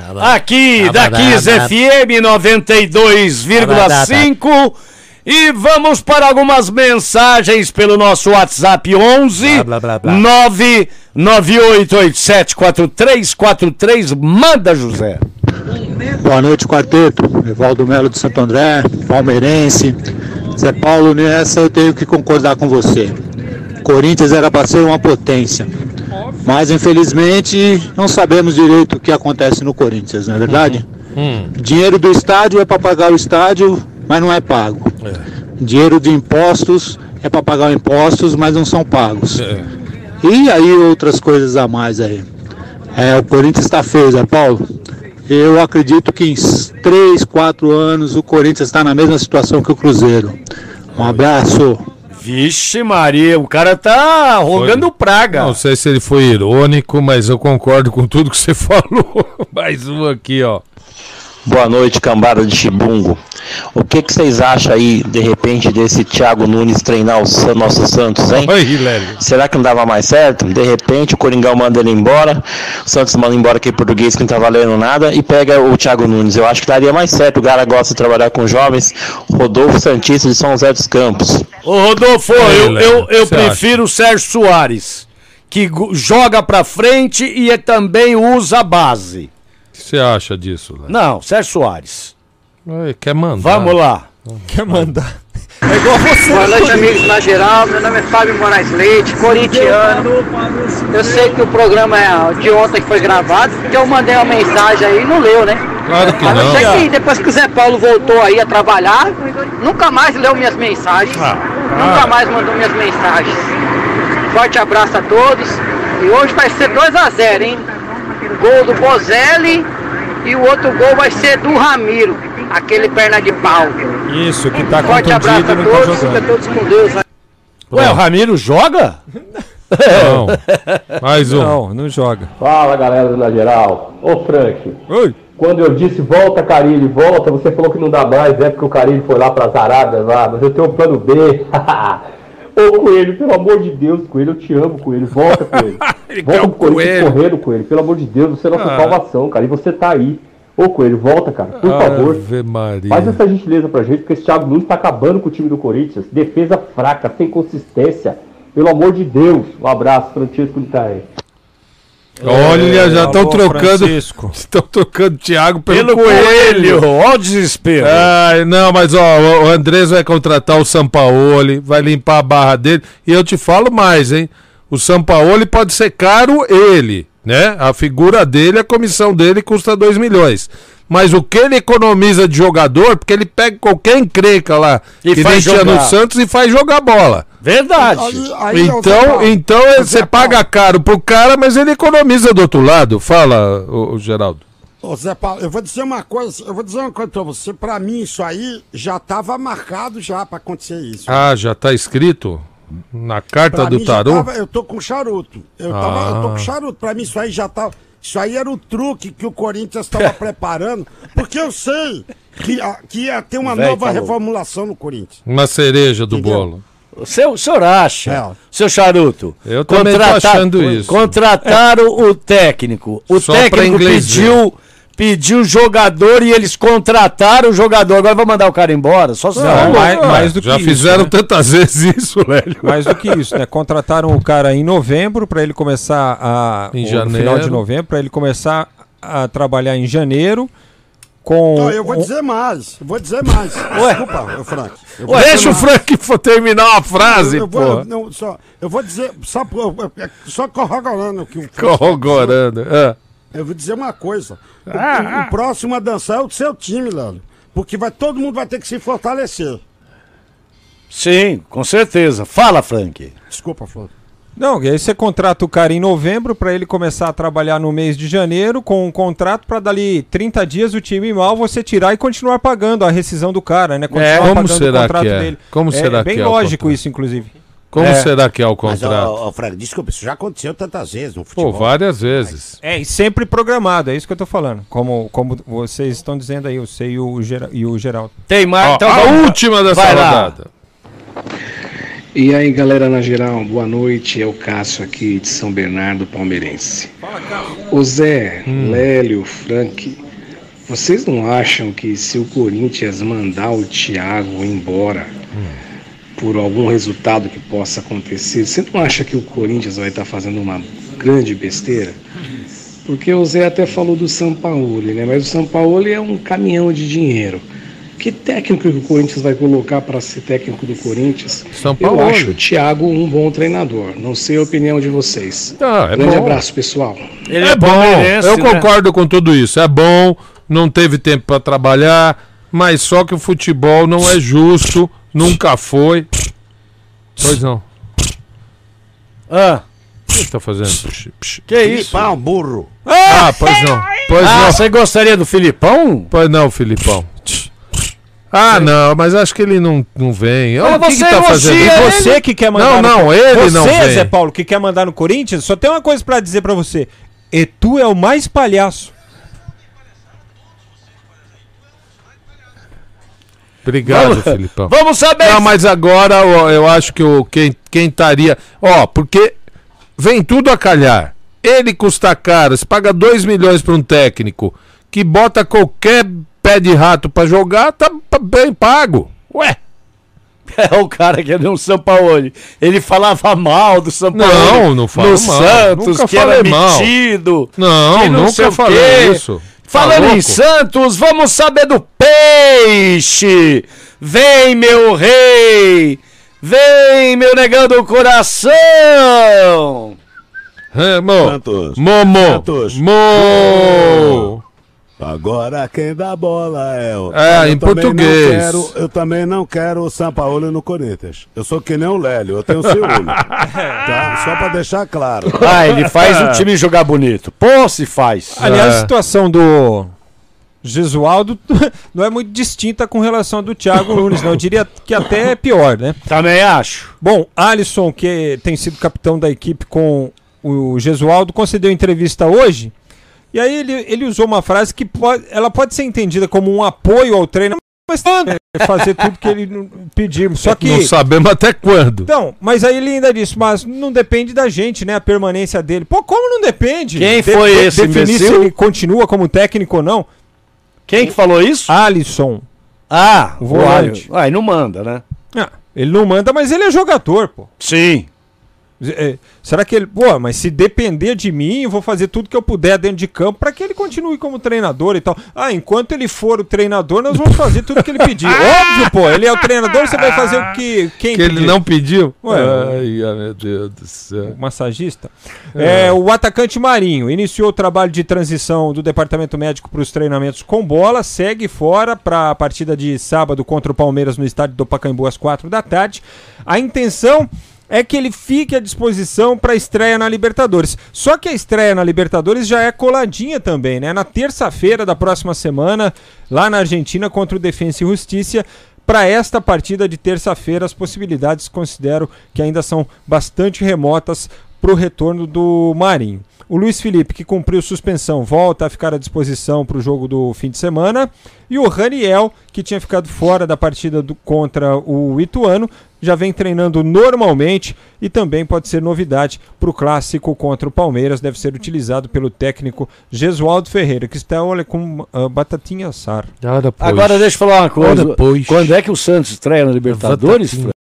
aqui da Kiss F M noventa e dois vírgula cinco. E vamos para algumas mensagens pelo nosso WhatsApp onze nove nove oito oito sete quatro três quatro três. Manda, José. Boa noite, quarteto. Evaldo Melo de Santo André, palmeirense. Zé Paulo, nessa eu tenho que concordar com você. Corinthians era para ser uma potência. Mas, infelizmente, não sabemos direito o que acontece no Corinthians, não é verdade? Hum. Dinheiro do estádio é para pagar o estádio, mas não é pago. É. Dinheiro de impostos é para pagar impostos, mas não são pagos. É. E aí outras coisas a mais aí. É, o Corinthians está feio, Zé Paulo. Eu acredito que em três, quatro anos o Corinthians está na mesma situação que o Cruzeiro. Um abraço. Vixe Maria, o cara tá rogando foi... praga. Não sei se ele foi irônico, mas eu concordo com tudo que você falou. Mais um aqui, ó. Boa noite, cambada de Chibungo. O que que vocês acham aí, de repente, desse Thiago Nunes treinar o nosso Santos, hein? Oi, Hilário. Será que não dava mais certo? De repente, o Coringão manda ele embora, o Santos manda embora aquele português que não tá valendo nada e pega o Thiago Nunes. Eu acho que daria mais certo. O cara gosta de trabalhar com jovens. Rodolfo Santista de São José dos Campos. Ô, Rodolfo, Oi, eu, eu, eu prefiro acha? o Sérgio Soares, que joga pra frente e também usa a base. O que você acha disso, Léo? Não, Sérgio Soares. Oi, quer mandar? Vamos lá. Quer mandar? É igual você. Boa noite, amigos na geral. Meu nome é Fábio Moraes Leite, corintiano. Eu sei que o programa é de ontem que foi gravado, porque eu mandei uma mensagem aí e não leu, né? Claro que não. não. Eu sei que depois que o Zé Paulo voltou aí a trabalhar, nunca mais leu minhas mensagens. Ah. Nunca mais mandou minhas mensagens. Forte abraço a todos. E hoje vai ser dois a zero, hein? Gol do Bozelli e o outro gol vai ser do Ramiro, aquele perna de pau. Isso, que tá Forte abraço a todos, fica todos com Deus. Ué, o Ramiro joga? Não, mais um. Não, não joga. Fala, galera do Na Geral. Ô, Frank. Oi. Quando eu disse volta, Carilli, volta, você falou que não dá mais, é porque o Carilli foi lá pras Arábias lá, mas eu tenho um plano B. Ô, Coelho, pelo amor de Deus, Coelho, eu te amo, Coelho, volta, Coelho. Volta pro Corinthians correndo, Coelho, pelo amor de Deus, você é nossa ah. salvação, cara, e você tá aí. Ô, Coelho, volta, cara, por Ave favor. Maria. Faz essa gentileza pra gente, porque esse Thiago Nunes tá acabando com o time do Corinthians. Defesa fraca, sem consistência. Pelo amor de Deus. Um abraço, Francisco de Itaé. Olha, já estão trocando. Estão trocando o Thiago pelo, pelo Coelho. Coelho. Ó o desespero. Ai, não, mas ó, o Andrés vai contratar o Sampaoli, vai limpar a barra dele. E eu te falo mais, hein? O Sampaoli pode ser caro ele, né? A figura dele, a comissão dele custa dois milhões. Mas o que ele economiza de jogador, porque ele pega qualquer encrenca lá e que deixa no Santos e faz jogar bola. Verdade. Aí, aí então, é então você paga caro pro cara, mas ele economiza do outro lado. Fala, o, o Geraldo. Ô, Zé Paulo, eu vou dizer uma coisa, eu vou dizer uma coisa pra você. Pra mim, isso aí já tava marcado já pra acontecer isso. Ah, já tá escrito? Na carta pra do mim, tarô? Tava, eu tô com charuto. Eu, ah. tava, eu tô com charuto. Pra mim, isso aí já tava. Isso aí era o truque que o Corinthians estava preparando, porque eu sei que, a, que ia ter uma Véio, nova falou. reformulação no Corinthians. Uma cereja do Entendeu? bolo. O seu, o senhor acha, é. seu charuto? Eu também tô achando isso. Contrataram é. o técnico. O Só técnico pediu, pediu jogador e eles contrataram o jogador. Agora vai mandar o cara embora? Só se não, não, mais, mais do que Já isso, fizeram né? tantas vezes isso, Lélio. Mais do que isso, né? Contrataram o cara em novembro para ele começar a... Em no janeiro. final de novembro, para ele começar a trabalhar em janeiro. Com não, eu vou dizer mais, eu vou dizer mais. Ué? Desculpa, Frank. Ué, deixa o Frank terminar uma frase, eu, eu pô. Vou, não, só, eu vou dizer, só, só corroborando o que o Corroborando, é. Eu vou dizer uma coisa. O, ah, o, o próximo a dançar é o seu time, Lélio. Porque vai, todo mundo vai ter que se fortalecer. Sim, com certeza. Fala, Frank. Desculpa, Flor. Não, e aí você contrata o cara em novembro para ele começar a trabalhar no mês de janeiro com um contrato para dali trinta dias o time mal você tirar e continuar pagando a rescisão do cara, né? Continuar é, como pagando será o contrato que é? dele. Como é, será é bem que é lógico isso, inclusive. Como é. será que é o contrato? Mas, ó, ó, Frank, desculpa, isso já aconteceu tantas vezes no futebol. Pô, várias vezes. É, e sempre programado, é isso que eu tô falando. Como, como vocês estão dizendo aí, eu sei e o, Ger e o Geraldo. Tem mais, ó, então a vamos... última dessa rodada. E aí, galera, na geral, boa noite. É o Cássio aqui de São Bernardo, palmeirense. Ô Zé, hum. Lélio, Frank, vocês não acham que se o Corinthians mandar o Thiago embora hum. por algum resultado que possa acontecer, você não acha que o Corinthians vai estar fazendo uma grande besteira? Porque o Zé até falou do Sampaoli, né? Mas o Sampaoli é um caminhão de dinheiro. Que técnico que o Corinthians vai colocar para ser técnico do Corinthians? Eu acho o Thiago um bom treinador. Não sei a opinião de vocês. Ah, é Grande bom. abraço, pessoal. Ele é, é bom, eu né? concordo com tudo isso. É bom, não teve tempo para trabalhar, mas só que o futebol não é justo, nunca foi. Pois não. Ah. O que ele tá fazendo? Psh, psh. Que isso? Filipão, burro. Ah, pois não. Pois ah, não. Você gostaria do Filipão? Pois não, Filipão. Ah, não, mas acho que ele não, não vem. Mas o que, que tá fazendo? E você ele... que quer mandar. Não, não, no... ele você, não vem. Você, Zé Paulo, que quer mandar no Corinthians, só tem uma coisa pra dizer pra você. E tu é o mais palhaço. Obrigado, vamos, Filipão. Vamos saber. Não, mas agora eu, eu acho que o, quem, quem estaria... Ó, porque vem tudo a calhar. Ele custa caro. Você paga dois milhões pra um técnico que bota qualquer... pé de rato pra jogar, tá bem pago. Ué. É o cara que é um Sampaoli. Ele falava mal do Sampaoli. Não, não fala no mal. Santos, Nunca que falei era mal. metido. Não, não nunca falei isso. Falando tá em Santos, vamos saber do Peixe. Vem, meu rei. Vem, meu negão do coração. É, mo. Santos. Momo. Santos. Mo. Agora quem dá bola é o... É, eu em português. Quero, eu também não quero o Sampaoli no Corinthians. Eu sou que nem o Lélio, eu tenho ciúme. Tá? Só pra deixar claro. Ah, ele faz o time jogar bonito. Pô, se faz. Aliás, É. a situação do Gesualdo não é muito distinta com relação à do Thiago Nunes, não. Eu diria que até é pior, né? Também acho. Bom, Alisson, que tem sido capitão da equipe com o Gesualdo, concedeu entrevista hoje. E aí ele, ele usou uma frase que pode, ela pode ser entendida como um apoio ao treino, mas é fazer tudo que ele pedir. Só que não sabemos até quando. Então, mas aí ele ainda disse, mas não depende da gente, né, a permanência dele. Pô, como não depende? Quem foi de, esse definir imbecil? se ele continua como técnico ou não. Quem que falou isso? Alisson. Ah, o volante. Aí não manda, né? Ah, ele não manda, mas ele é jogador, pô. Sim. É, será que ele... Pô, mas se depender de mim, eu vou fazer tudo que eu puder dentro de campo para que ele continue como treinador e tal. Ah, enquanto ele for o treinador, nós vamos fazer tudo que ele pedir. Óbvio, pô. Ele é o treinador, você vai fazer o que... Quem que pedir? ele não pediu? Ué, ai, ai, meu Deus do céu. O massagista. É. É, o atacante Marinho iniciou o trabalho de transição do departamento médico para os treinamentos com bola, segue fora para a partida de sábado contra o Palmeiras no estádio do Pacaembu às quatro da tarde. A intenção é que ele fique à disposição para a estreia na Libertadores. Só que a estreia na Libertadores já é coladinha também, né? Na terça-feira da próxima semana, lá na Argentina, contra o Defensa e Justiça. Para esta partida de terça-feira, as possibilidades considero que ainda são bastante remotas para o retorno do Marinho. O Luiz Felipe, que cumpriu suspensão, volta a ficar à disposição para o jogo do fim de semana. E o Raniel, que tinha ficado fora da partida do, contra o Ituano, já vem treinando normalmente e também pode ser novidade para o clássico contra o Palmeiras. Deve ser utilizado pelo técnico Gesualdo Ferreira, que está, olha, com uh, batatinha assar. Agora deixa eu falar uma coisa. Quando é que o Santos estreia na Libertadores? Batatinha.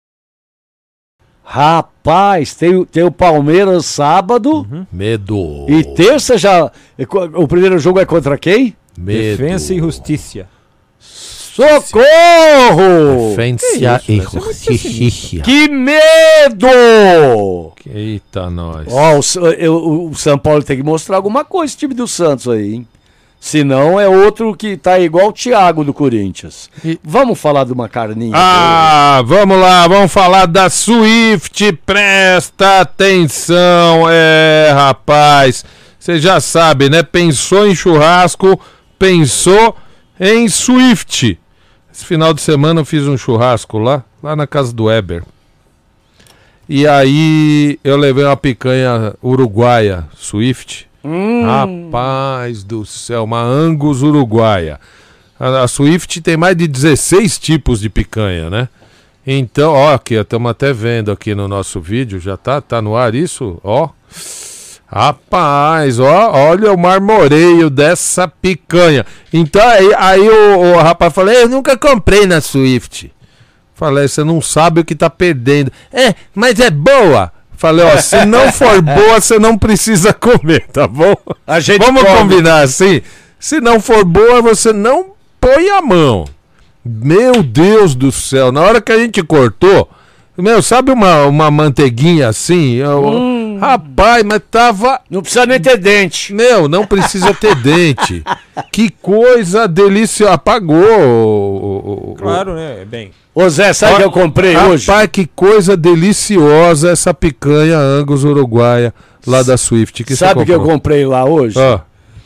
Rapaz, tem, tem o Palmeiras sábado. Uhum. Medo. E terça já. O primeiro jogo é contra quem? Medo. Defensa e Justiça. Socorro! Defensa e Justiça. Que medo! Eita, nós. Ó, o, o, o São Paulo tem que mostrar alguma coisa, esse time do Santos aí, hein? Senão é outro que tá igual o Thiago do Corinthians. E... Vamos falar de uma carninha. Ah, vamos lá, vamos falar da Swift. Presta atenção, é, rapaz. Você já sabe, né? Pensou em churrasco, pensou em Swift. Esse final de semana eu fiz um churrasco lá, lá na casa do Weber. E aí eu levei uma picanha uruguaia Swift. Hum. Rapaz do céu, uma Angus uruguaia. A, a Swift tem mais de dezesseis tipos de picanha, né? Então, ó, aqui, estamos até vendo aqui no nosso vídeo, já tá, tá no ar isso, ó. Rapaz, ó, olha o marmoreio dessa picanha. Então aí, aí o, o rapaz falou, eu nunca comprei na Swift. Falei, você não sabe o que tá perdendo. É, mas é boa. Falei, ó, se não for boa, você não precisa comer, tá bom? A gente Vamos come. combinar assim? Se não for boa, você não põe a mão. Meu Deus do céu, na hora que a gente cortou, meu, sabe uma, uma manteiguinha assim? Eu, hum. Rapaz, mas tava... Não precisa nem ter dente. Meu, não precisa ter dente. Que coisa deliciosa. Apagou. O, o, claro, né? Bem... Ô Zé, sabe o que eu comprei rapaz, hoje? Rapaz, que coisa deliciosa essa picanha Angus uruguaia lá da Swift. Que sabe o que eu comprei lá hoje? Ah.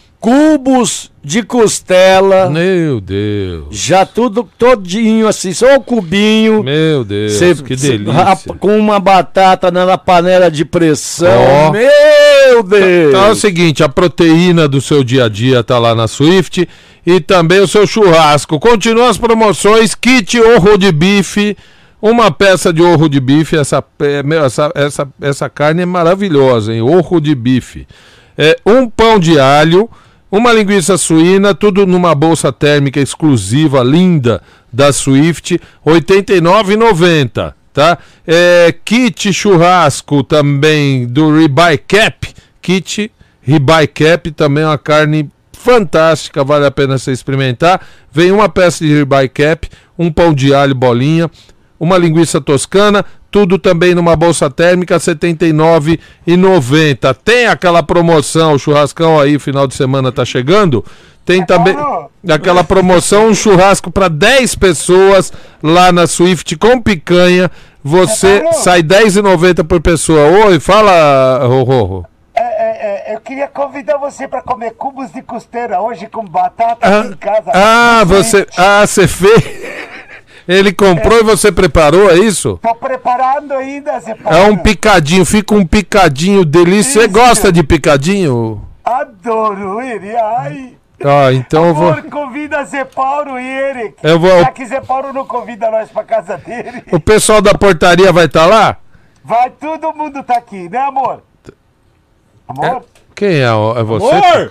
Cubos de costela. Meu Deus. Já tudo todinho assim, só o cubinho. Meu Deus, cê, que delícia. Com uma batata na panela de pressão. Oh. Meu Deus. Então é o seguinte, a proteína do seu dia a dia tá lá na Swift e também o seu churrasco. Continua as promoções, kit orro de bife, uma peça de orro de bife, essa, essa, essa, essa carne é maravilhosa, hein? Orro de bife. É, um pão de alho, uma linguiça suína, tudo numa bolsa térmica exclusiva, linda, da Swift, oitenta e nove reais e noventa centavos, tá? É, kit churrasco também do Ribeye Cap, kit Ribeye Cap, também uma carne fantástica, vale a pena você experimentar. Vem uma peça de Ribeye Cap, um pão de alho bolinha, uma linguiça toscana, tudo também numa bolsa térmica, setenta e nove reais e noventa centavos. Tem aquela promoção, o churrascão aí, final de semana tá chegando. Tem também aquela promoção, um churrasco para dez pessoas lá na Swift com picanha. Você sai dez reais e noventa centavos por pessoa. Oi, fala, Rorro. É, é, é, eu queria convidar você para comer cubos de costela hoje com batata ah, em casa. Ah, você, ah, você fez... Ele comprou é. e você preparou, é isso? Tô preparando ainda, Zé Paulo. É um picadinho, fica um picadinho delícia. Você gosta de picadinho? Adoro ele, ai. Ah, então Amor, eu vou... convida Zé Paulo e Eric. Eu vou... Já que Zé Paulo não convida nós pra casa dele. O pessoal da portaria vai estar tá lá? Vai, todo mundo tá aqui, né, amor? Amor? É... Quem é? É você? Amor!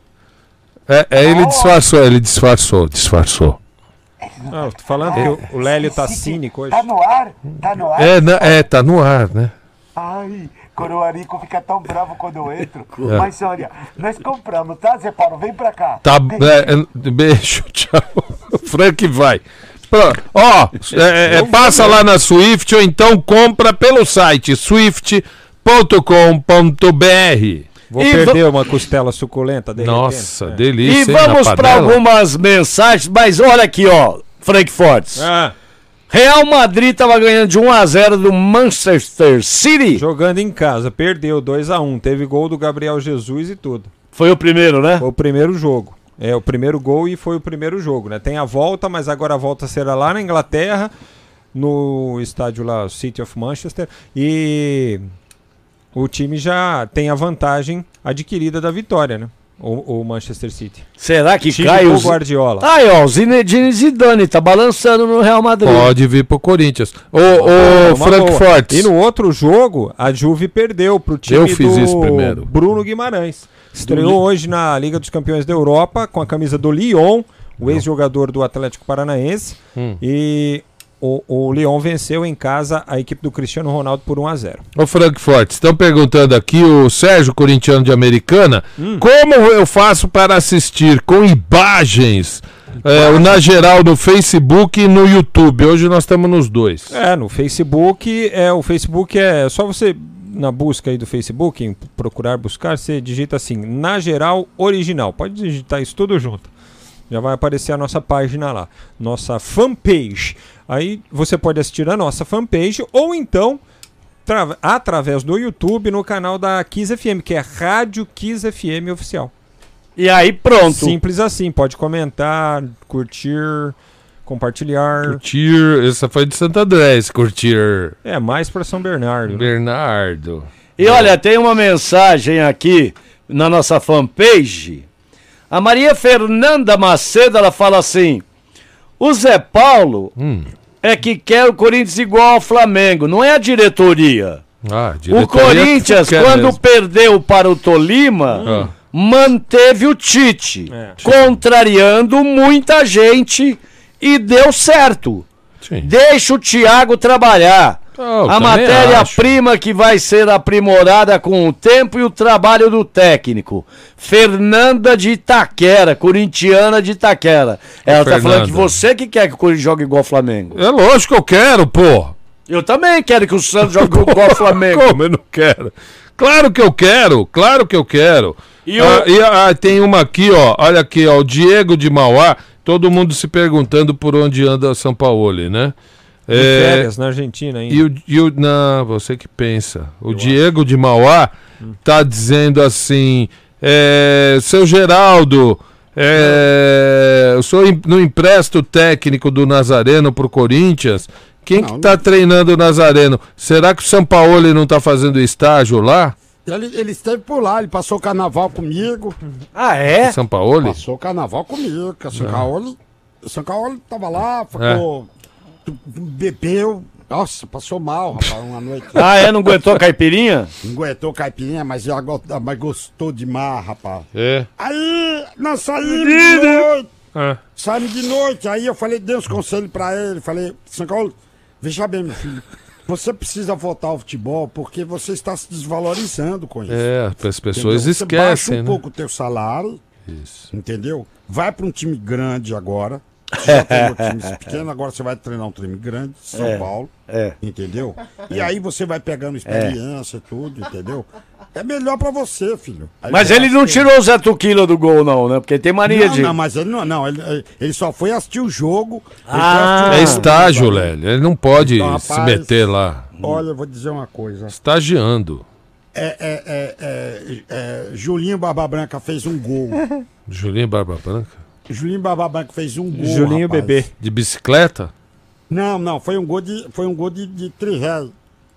É, é ele disfarçou, ele disfarçou, disfarçou. Não, tô falando ah, que o, o Lélio tá cínico hoje. Tá no ar? Tá no ar? É, na, é tá no ar, né? Ai, Coroarico fica tão bravo quando eu entro. É. Mas olha, nós compramos, tá, Zé Paulo? Vem pra cá. Tá, é, beijo, tchau. O Frank vai. Ó, é, é, passa lá na Swift ou então compra pelo site swift ponto com ponto b r. Vou e perder uma costela suculenta dele. Nossa, é. delícia. E vamos para algumas mensagens, mas olha aqui, ó, Frank Fortes. Ah. Real Madrid estava ganhando de um a zero do Manchester City. Jogando em casa, perdeu dois a um. Teve gol do Gabriel Jesus e tudo. Foi o primeiro, né? Foi o primeiro jogo. É, o primeiro gol e foi o primeiro jogo, né? Tem a volta, mas agora a volta será lá na Inglaterra, no estádio lá, City of Manchester. E... o time já tem a vantagem adquirida da vitória, né? O, o Manchester City. Será que time cai o os... Guardiola? Aí, ó, o Zinedine Zidane tá balançando no Real Madrid. Pode vir pro Corinthians. Ô, ô, ah, Frankfurt. E no outro jogo, a Juve perdeu pro time Eu fiz do isso primeiro. Bruno Guimarães. Estreou hoje na Liga dos Campeões da Europa com a camisa do Lyon, o ex-jogador do Atlético Paranaense. Hum. E... O, o Lyon venceu em casa a equipe do Cristiano Ronaldo por um a zero. Ô Frankfurt, estão perguntando aqui, o Sérgio, corintiano de Americana, hum. como eu faço para assistir com imagens é, o Na Geral no Facebook e no YouTube? Hoje nós estamos nos dois. É, no Facebook, é, o Facebook é só você, na busca aí do Facebook, em procurar buscar, você digita assim, Na Geral Original. Pode digitar isso tudo junto. Já vai aparecer a nossa página lá, nossa fanpage. Aí você pode assistir a nossa fanpage ou então através do YouTube no canal da Kiss F M, que é Rádio Kiss F M Oficial. E aí pronto. Simples assim, pode comentar, curtir, compartilhar. Curtir, essa foi de Santo André, esse curtir. É, mais para São Bernardo. Bernardo. E é. olha, tem uma mensagem aqui na nossa fanpage. A Maria Fernanda Macedo, ela fala assim, o Zé Paulo hum. é que quer o Corinthians igual ao Flamengo, não é a diretoria. Ah, o Corinthians, quando mesmo. perdeu para o Tolima, hum. manteve o Tite, é. contrariando muita gente e deu certo. Sim. Deixa o Thiago trabalhar. Oh, a matéria-prima que vai ser aprimorada com o tempo e o trabalho do técnico. Fernanda de Itaquera, corintiana de Itaquera. Ela Fernanda. tá falando que você que quer que o Corinthians jogue igual o Flamengo. É lógico que eu quero, pô. Eu também quero que o Santos jogue igual o Flamengo. Como eu não quero? Claro que eu quero, claro que eu quero. E, eu... ah, e ah, tem uma aqui, ó. Olha aqui, ó. O Diego de Mauá. Todo mundo se perguntando por onde anda São Paulo, né? De é, férias na Argentina ainda. E o, e o, não, você que pensa. O eu Diego acho. de Mauá hum. tá dizendo assim: é, seu Geraldo, é, eu sou no empresto técnico do Nazareno pro Corinthians. Quem não, que tá não... treinando o Nazareno? Será que o São Paulo não tá fazendo estágio lá? Ele, ele esteve por lá, ele passou o carnaval comigo. Ah, é? São Paulo? Passou o carnaval comigo. O São Paulo, São Paulo tava lá, ficou. É. Bebeu, nossa, passou mal, rapaz, uma noite. Ah, é? Não aguentou a caipirinha? Não aguentou a caipirinha, mas, já, mas gostou demais, rapaz. É. Aí, nós saímos de noite. É. Saímos de noite, aí eu falei, dei uns conselhos pra ele, falei, São Paulo, veja bem, meu filho, você precisa voltar ao futebol porque você está se desvalorizando com isso. É, as pessoas entendeu? esquecem, você baixa um né? pouco o teu salário, isso. entendeu? Vai pra um time grande agora. Você já treinou times pequenos, agora você vai treinar um time grande, São é, Paulo, é. entendeu? E aí você vai pegando experiência e é. tudo, entendeu? É melhor pra você, filho. Aí mas ele não tirou o Zé Tuquila do gol, não, né? Porque tem mania não, de... Não, mas ele não, não ele, ele só foi assistir o jogo. Ah, assistir é estágio, Lélio, ele não pode então, rapaz, se meter lá. Olha, eu vou dizer uma coisa. Estagiando. É, é, é, é, é, Julinho Barba Branca fez um gol. Julinho Barba Branca? Julinho Barba Branca fez um gol, Julinho rapaz. Bebê. De bicicleta? Não, não, foi um gol de, foi um gol de, de três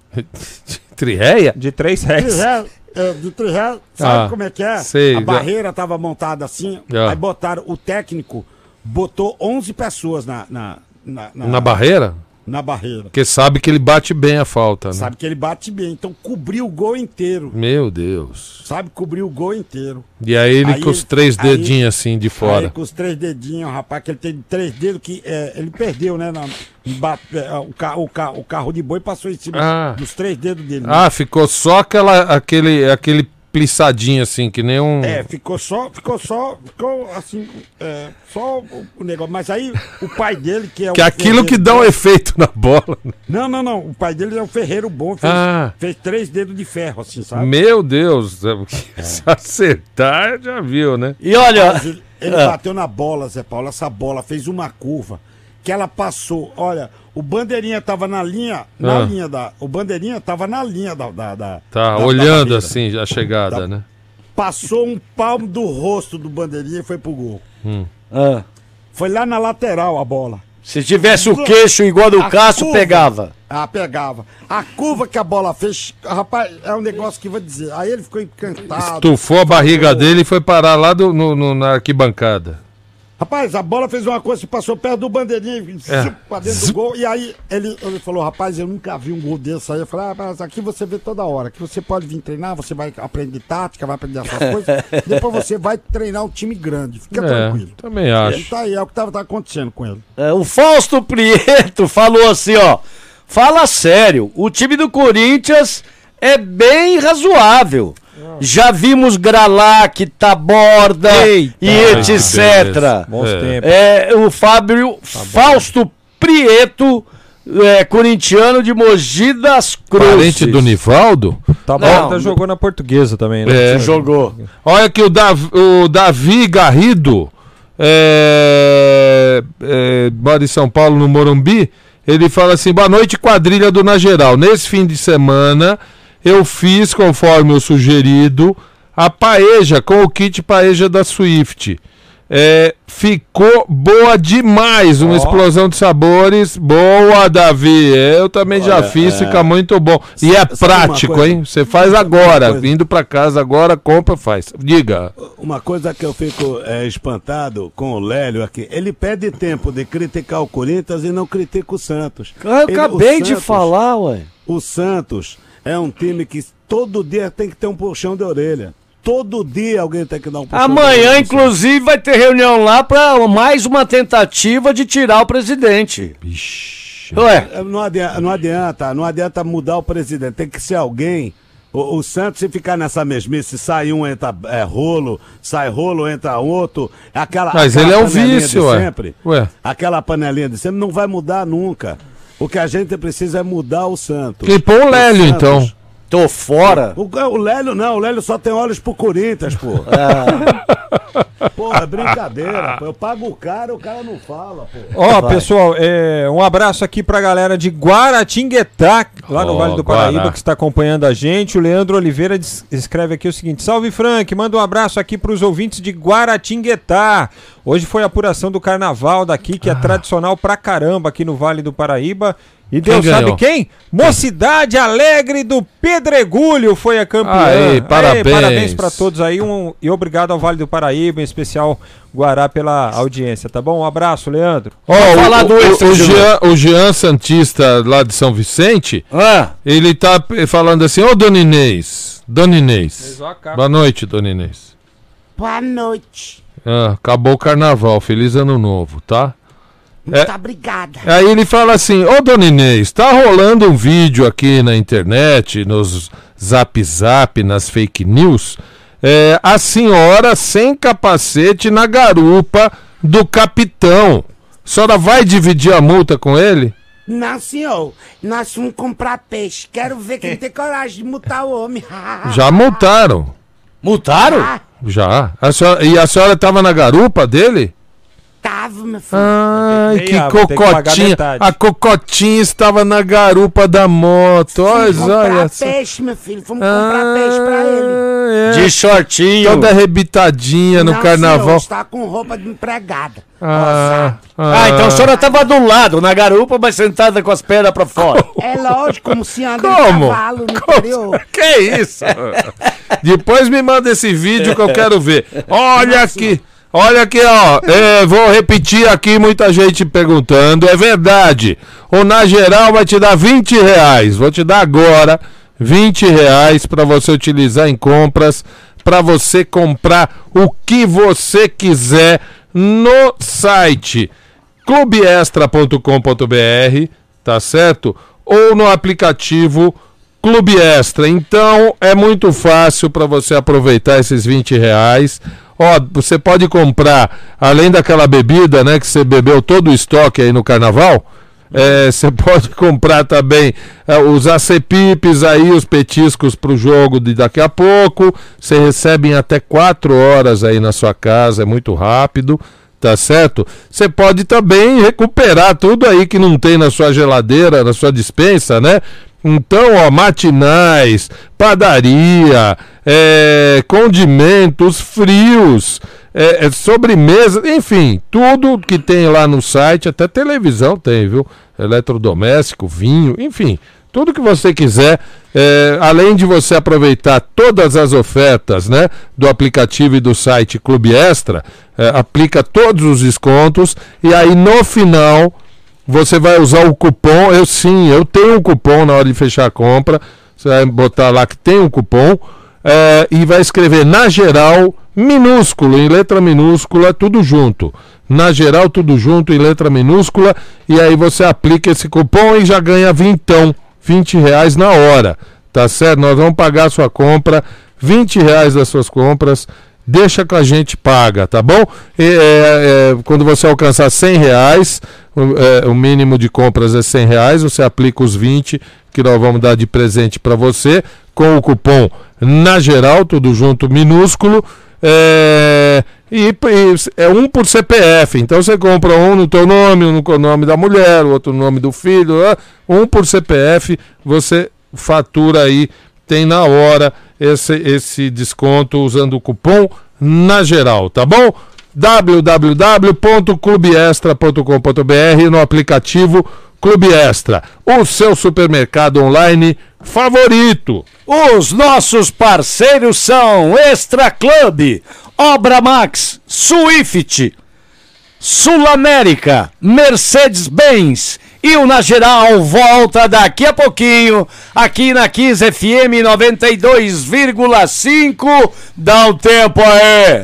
Triréia? De três réis. É, de três réis. Sabe ah, como é que é? Sei, a barreira tava montada assim, ah. aí botaram, o técnico botou onze pessoas na... Na, na, na, na barreira? Na barreira. Porque sabe que ele bate bem a falta, né? Sabe que ele bate bem, então cobriu o gol inteiro. Meu Deus. Sabe, cobriu o gol inteiro. E aí ele aí com os três aí, dedinhos assim de fora. Aí com os três dedinhos, rapaz, que ele tem três dedos que é, ele perdeu, né? Na, bate, é, o, carro, o, carro, o carro de boi passou em cima ah. dos três dedos dele. Né? Ah, ficou só aquela, aquele, aquele plissadinho assim, que nem um... É, ficou só, ficou só, ficou assim, é, só o, o negócio. Mas aí o pai dele, que é que o... é aquilo que dá um efeito na bola. Não, não, não, o pai dele é o ferreiro bom, fez, ah. fez três dedos de ferro, assim, sabe? Meu Deus, é. se acertar, já viu, né? E olha... Mas ele ele ah. bateu na bola, Zé Paulo, essa bola fez uma curva, que ela passou, olha... O Bandeirinha tava na linha, na ah. linha da... O Bandeirinha tava na linha da... da, da tá, da, olhando da assim a chegada, da, né? Passou um palmo do rosto do Bandeirinha e foi pro gol. Hum. Ah. Foi lá na lateral a bola. Se tivesse o queixo igual do Cássio, pegava. Ah, pegava. A curva que a bola fez, rapaz, é um negócio que eu vou dizer. Aí ele ficou encantado. Estufou a barriga ficou... dele e foi parar lá do, no, no, na arquibancada. Rapaz, a bola fez uma coisa, passou perto do Bandeirinha, é. pra dentro do gol, e aí ele, ele falou, rapaz, eu nunca vi um gol desse aí. Eu falei, ah, mas aqui você vê toda hora, que você pode vir treinar, você vai aprender tática, vai aprender essas coisas, depois você vai treinar um time grande, fica é, tranquilo. Também acho. Ele tá aí, é o que tava, tá acontecendo com ele. É, o Fausto Prieto falou assim, ó, fala sério, o time do Corinthians é bem razoável. Já vimos Gralac, Taborda Eita, e etcétera. Bons é. tempos. É, o Fábio tá Fausto Prieto, é, corintiano de Mogi das Cruzes. Parente do Nivaldo? Taborda jogou na Portuguesa também, né? É, jogou. Olha que o Davi, o Davi Garrido, é, é, mora em São Paulo, no Morumbi, ele fala assim, boa noite, quadrilha do Na Geral. Nesse fim de semana... Eu fiz, conforme o sugerido, a paeja com o kit paeja da Swift. É, ficou boa demais, uma oh. explosão de sabores. Boa, Davi. Eu também Olha, já fiz, é... fica muito bom. E é prático, hein? Você faz agora, vindo pra casa agora, compra, faz. Diga. Uma coisa que eu fico é, espantado com o Lélio aqui, ele perde tempo de criticar o Corinthians e não critica o Santos. Eu ele, acabei o de Santos, falar, ué. O Santos... é um time que todo dia tem que ter um puxão de orelha. Todo dia alguém tem que dar um puxão Amanhã, de orelha. inclusive, vai ter reunião lá para mais uma tentativa de tirar o presidente. Ixi. Ué. Não adianta, não adianta, não adianta mudar o presidente. Tem que ser alguém. O, o Santos, se ficar nessa mesmice, sai um, entra é, rolo, sai rolo, entra outro. Aquela, Mas aquela ele é o panelinha vício, de ué. sempre. Ué. Aquela panelinha de sempre não vai mudar nunca. O que a gente precisa é mudar o Santos. E põe o Lélio, Santos. então. Tô fora. O, o Lélio não, o Lélio só tem olhos pro Corinthians, pô. É. Porra, é brincadeira, pô. Eu pago o cara, o cara não fala, pô. Ó, pessoal, é, um abraço aqui pra galera de Guaratinguetá, lá no Oh, Vale do Paraíba, Guará. que está acompanhando a gente. O Leandro Oliveira diz- escreve aqui o seguinte: salve Frank, manda um abraço aqui pros ouvintes de Guaratinguetá. Hoje foi a apuração do carnaval daqui, que é tradicional pra caramba aqui no Vale do Paraíba. E Deus Quem sabe ganhou? quem? Mocidade Alegre do Pedregulho foi a campeã. Aê, parabéns. Parabéns pra todos aí um, e obrigado ao Vale do Paraíba, em especial Guará, pela audiência, tá bom? Um abraço, Leandro. Ó, Vamos o, falar do o, extra o, de Jean, o Jean Santista, lá de São Vicente, Ah, ele tá eh, falando assim: ô Dona Inês, Dona Inês. Boa noite, Dona Inês. Boa noite. Ah, acabou o carnaval, feliz ano novo, tá? Muito obrigada. Aí ele fala assim: ô Dona Inês, tá rolando um vídeo aqui na internet, nos zap zap, nas fake news, é, a senhora sem capacete na garupa do capitão. A senhora vai dividir a multa com ele? Não, senhor. Nós vamos comprar peixe. Quero ver quem tem coragem de multar o homem. Já multaram. multaram? Ah, Já. A senhora- e a senhora tava na garupa dele? tava, meu filho. Ai, Tem que que meia, vou ter que pagar cocotinha. metade. A cocotinha estava na garupa da moto. Olha, Vamos olha comprar só. peixe, meu filho. Vamos comprar peixe pra ele. Ah, é. De shortinho. Toda arrebitadinha no Não, carnaval. senhor, está com roupa de empregada. Ah, Ah, então a senhora tava do lado, na garupa, mas sentada com as pernas pra fora. É lógico, como se anda Como? em cavalo no interior. Que isso? Depois me manda esse vídeo que eu quero ver. Olha aqui. Olha aqui, ó. É, vou repetir aqui, muita gente perguntando. É verdade. O Na Geral vai te dar vinte reais. Vou te dar agora vinte reais para você utilizar em compras, para você comprar o que você quiser no site clube extra ponto com ponto br, tá certo? Ou no aplicativo Clube Extra. Então é muito fácil para você aproveitar esses vinte reais. Ó, você pode comprar, além daquela bebida, né, que você bebeu todo o estoque aí no carnaval, é, você pode comprar também é, os acepipes aí, os petiscos para o jogo de daqui a pouco. Você recebe em até quatro horas aí na sua casa, é muito rápido, tá certo? Você pode também recuperar tudo aí que não tem na sua geladeira, na sua despensa, né? Então, ó, matinais, padaria, é, condimentos frios, é, é, sobremesa, enfim, tudo que tem lá no site, até televisão tem, viu? Eletrodoméstico, vinho, enfim, tudo que você quiser, é, além de você aproveitar todas as ofertas, né, do aplicativo e do site Clube Extra, é, aplica todos os descontos e aí no final você vai usar o cupom. Eu sim, eu tenho um cupom na hora de fechar a compra. Você vai botar lá que tem um cupom é, e vai escrever Na Geral, minúsculo, em letra minúscula, tudo junto. Na Geral, tudo junto, em letra minúscula. E aí você aplica esse cupom e já ganha vintão, vinte reais na hora. Tá certo? Nós vamos pagar a sua compra, vinte reais das suas compras. Deixa que a gente paga, tá bom? E, é, é, quando você alcançar cem reais, o, é, o mínimo de compras é cem reais, você aplica os vinte que nós vamos dar de presente para você, com o cupom Na Geral, tudo junto, minúsculo, é, e, e é um por C P F, então você compra um no teu nome, um no nome da mulher, o outro no nome do filho, um por C P F, você fatura aí, tem na hora esse, esse desconto usando o cupom Na Geral, tá bom? w w w ponto clube extra ponto com ponto br, no aplicativo Clube Extra, o seu supermercado online favorito. Os nossos parceiros são Extra Club, Obra Max, Swift, Sul América, Mercedes-Benz E o Na Geral volta daqui a pouquinho, aqui na Kiss F M noventa e dois vírgula cinco. Dá um tempo aí.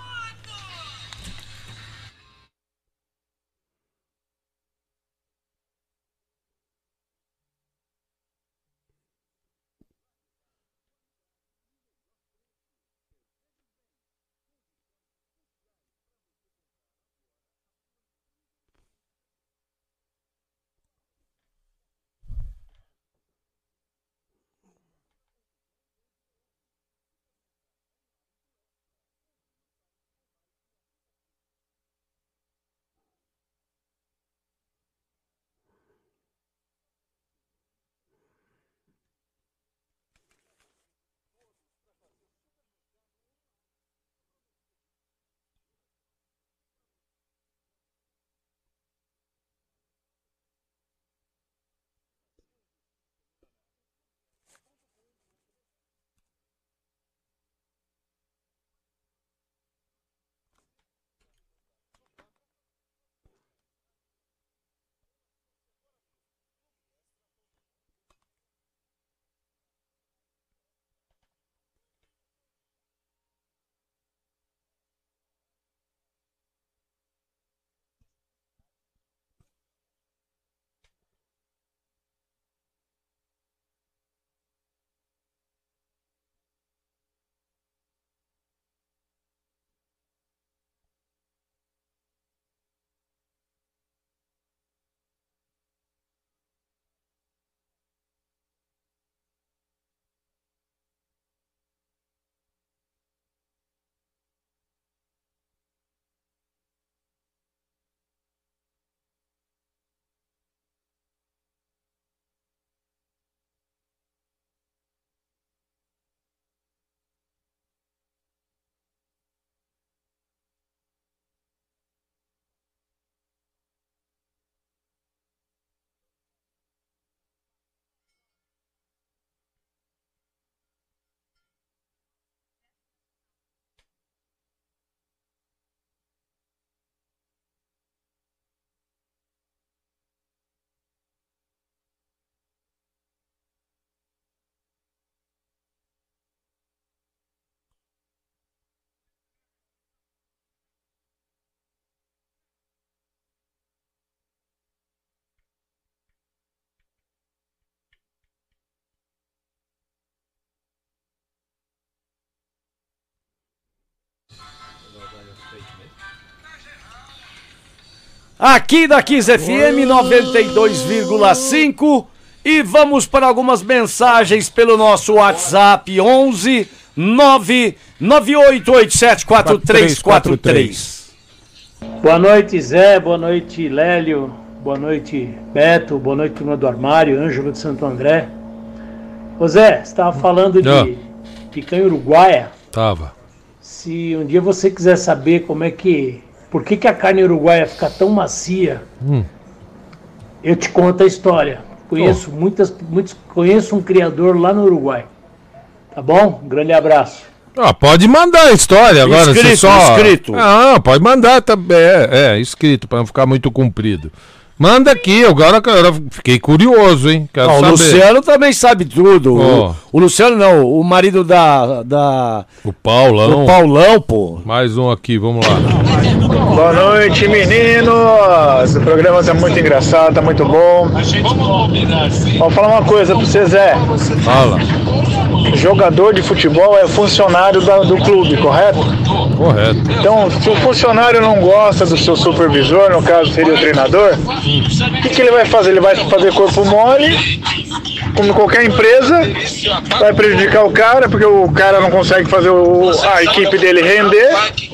Aqui da Kiss F M noventa e dois vírgula cinco e vamos para algumas mensagens pelo nosso WhatsApp onze nove nove oito oito sete quatro três quatro três. Boa noite, Zé, boa noite, Lélio, boa noite, Beto, boa noite, turma do Armário, Ângelo de Santo André. Ô Zé, você estava falando de Não. picanha uruguaia. Tava. Se um dia você quiser saber como é que... Por que, que a carne uruguaia fica tão macia, Hum. eu te conto a história. Conheço, oh. muitas, muitos, conheço um criador lá no Uruguai. Tá bom? Um grande abraço. Ah, pode mandar a história agora. Escrito, você só... escrito. Ah, pode mandar também. É, é, escrito, para não ficar muito comprido. Manda aqui, agora, agora fiquei curioso, hein? Quero Não, o saber. Luciano também sabe tudo. Oh. O, o Luciano não, o marido da. da... O Paulão. O Paulão, pô. Mais um aqui, vamos lá. Boa noite, meninos. O programa tá muito engraçado, tá muito bom. Vou falar uma coisa pra você, Zé. Fala. Jogador de futebol é funcionário da, do clube, correto? Correto. Então, se o funcionário não gosta do seu supervisor, no caso seria o treinador, o que, que ele vai fazer? Ele vai fazer corpo mole, como qualquer empresa, vai prejudicar o cara, porque o cara não consegue fazer o, a equipe dele render.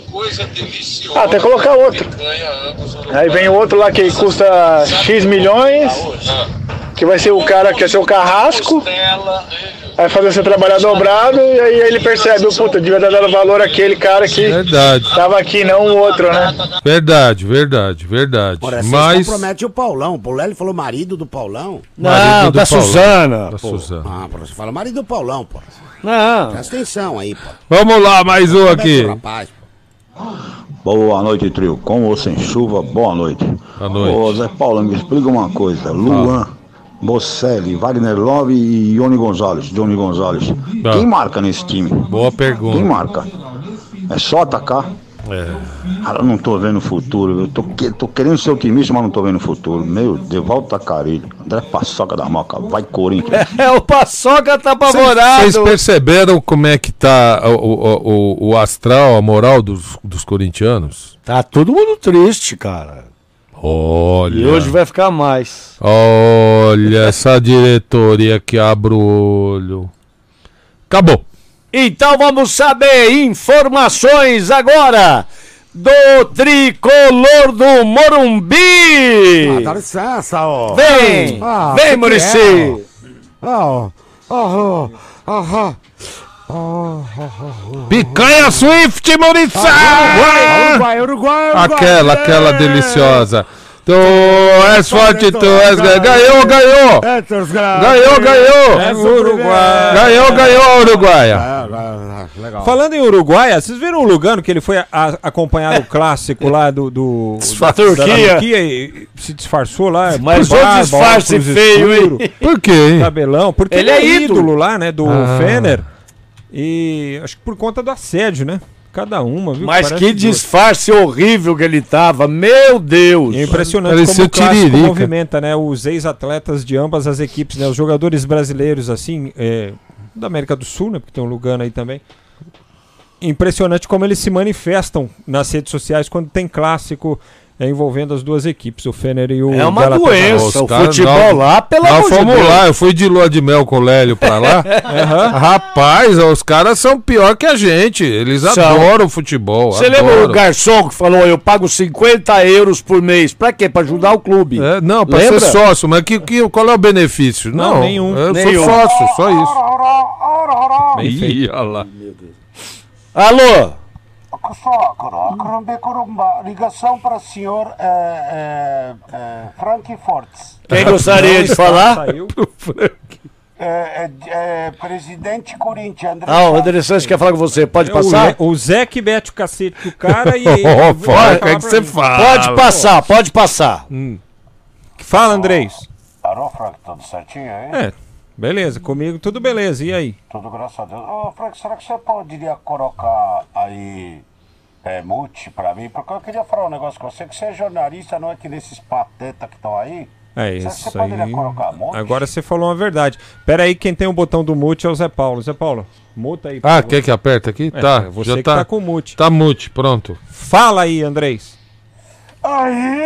Ah, até colocar outro. Aí vem o outro lá que custa X milhões, que vai ser o cara que é seu carrasco, vai fazer você trabalhar dobrado, e aí ele percebe, o puta, devia ter dado valor àquele cara que verdade. Tava aqui, não o outro, né? Verdade, verdade, verdade. Ora, Mas compromete o Paulão. O Paulão falou marido do Paulão. Não, Marido do da Paulão. Suzana. Da pô. Suzana. Ah, pô, você fala marido do Paulão, pô. Não. Presta atenção aí, pô. Vamos lá, mais um aqui. Rapaz, pô. Boa noite, trio. Com ou sem chuva, boa noite. Boa noite. Ô, Zé Paulo, me explica uma coisa. Luan, Bocelli, Wagner Love e Johnny Gonzalez. Johnny Gonzalez. Não. Quem marca nesse time? Boa pergunta. Quem marca? É só atacar? É. Cara, eu não tô vendo o futuro. Eu tô, que- tô querendo ser otimista, mas não tô vendo o futuro. Meu Deus, volta Carilho. André Paçoca da Moca. Vai, Corinthians. É, o Paçoca tá apavorado. Vocês perceberam como é que tá o, o, o, o astral, a moral dos, dos corintianos? Tá todo mundo triste, cara. Olha. E hoje vai ficar mais. Olha, essa diretoria que abre o olho. Acabou. Então vamos saber informações agora do tricolor do Morumbi. Ah, dá licença, ó. Vem, Ah, vem, que Muricy. que é, ó? Ah, ah, ah, ah, ah. Picanha Swift, Maurício! Uruguai, Uruguai, Uruguai. Aquela, aquela deliciosa. Tu és forte, tu és. Ganhou, ganhou! Ganhou, ganhou! É Uruguai. Ganhou, ganhou a Uruguaia. Legal. Falando em Uruguaia, vocês viram o Lugano que ele foi a- a- acompanhar o clássico lá do, do Da Turquia. e se disfarçou lá. Mas com barba, o disfarce óculos feio, escuro, hein? Por quê? cabelão, porque Ele ele, é é ídolo ídolo. lá, né, do Ah. Fener. E acho que por conta do assédio, né? Cada uma, viu? Mas Parece que doido. disfarce horrível que ele tava. Meu Deus. E é impressionante Parecia como o clássico Tiririca. movimenta, né? Os ex-atletas de ambas as equipes, né? Os jogadores brasileiros, assim, é, da América do Sul, né? Porque tem um Lugano aí também. Impressionante como eles se manifestam nas redes sociais quando tem clássico é, envolvendo as duas equipes, o Fener e o É uma Galatasaray. doença. O Os caras futebol não- lá, pelo Nós amor de fomos Deus. lá, eu fui de lua de mel com o Lélio pra lá. Rapaz, os caras são pior que a gente. Eles São. adoram futebol. Você lembra adoram. o garçom que falou, eu pago cinquenta euros por mês. Pra quê? Pra ajudar o clube. É, não, pra Lembra? ser sócio, mas que, que, qual é o benefício? Não, Não, nenhum. Eu Nenhum. sou sócio, só isso. Bem Ih, feito. olha lá. Alô? Só, uma ligação para o senhor é, é, é, Frank Fortes. Quem gostaria de falar? Saiu. É, é, é, presidente Corinthians, André. Ah, o André Santos quer falar com você. Pode É, passar? O, Le- o Zé que mete o cacete do cara e. Ó, e- fala, vai o que é que falar você pra mim. fala? Pode passar, pode passar. Fala, Andrés. Alô, Frank, tudo certinho aí? É, beleza, comigo tudo beleza. E aí? Tudo graças a Deus. Ô, Frank, será que você poderia colocar aí é, mute pra mim? Porque eu queria falar um negócio com você, que você é jornalista, não é que nesses patetas que estão aí. É Será que isso você poderia aí. colocar mute? Agora você falou uma verdade. Pera aí, quem tem o botão do mute é o Zé Paulo. Zé Paulo, muta aí. por Ah, favor. quer que aperta aqui? É, tá, é você já que tá. tá com o mute. Tá mute, pronto. Fala aí, Andrés. Aí,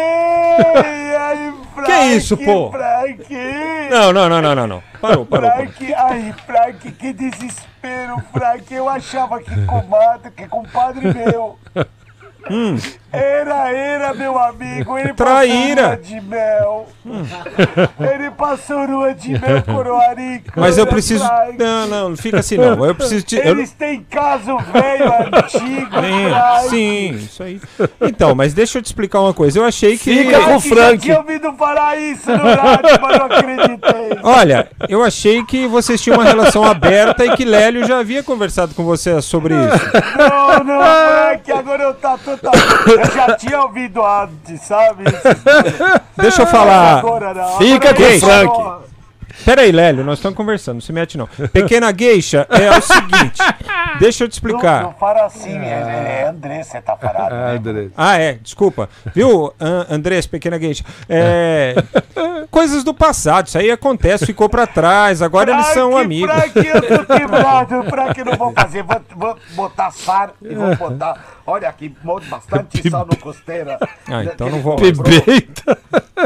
aí, Frank. Que isso, pô? Frank. Não, não, não, não, não, não. Parou, parou. parou. Frank, ai, Frank, que desespero, Frank. Eu achava que comadre, que compadre meu. Hum. Era, era, meu amigo. Ele Traíra. passou lua de mel. Ele passou lua de mel coroarico. Mas eu né, preciso. Frank? Não, não, não fica assim não. Eu preciso te. eu- Eles têm caso velho, antigo, Sim, Frank. sim, isso aí. Então, mas deixa eu te explicar uma coisa. Eu achei que. Fica com o Já Frank. tinha ouvido falar isso no rádio, mas não acreditei. Olha, eu achei que vocês tinham uma relação aberta e que Lélio já havia conversado com você sobre isso. Não, não, Frank, agora eu tá totalmente. Eu já tinha ouvido antes, sabe? Deixa eu falar. Agora não. Fica Agora com eu o tô- Frank. Pera aí, Lélio, nós estamos conversando, não se mete não. Pequena Geisha, é o seguinte, deixa eu te Não, não explicar. fala assim, é, é André, você tá parado. Ah, né? André. Ah, é, desculpa. Viu, An- Andrés, Pequena Geisha? É, coisas do passado, isso aí acontece, ficou pra trás, agora eles são Frank, amigos. Frank, eu tô quebrado, Frank, eu não vou fazer, vou, vou botar sar e vou botar, olha aqui, bastante sal no costeira. Ah, então não vou. Pimenta.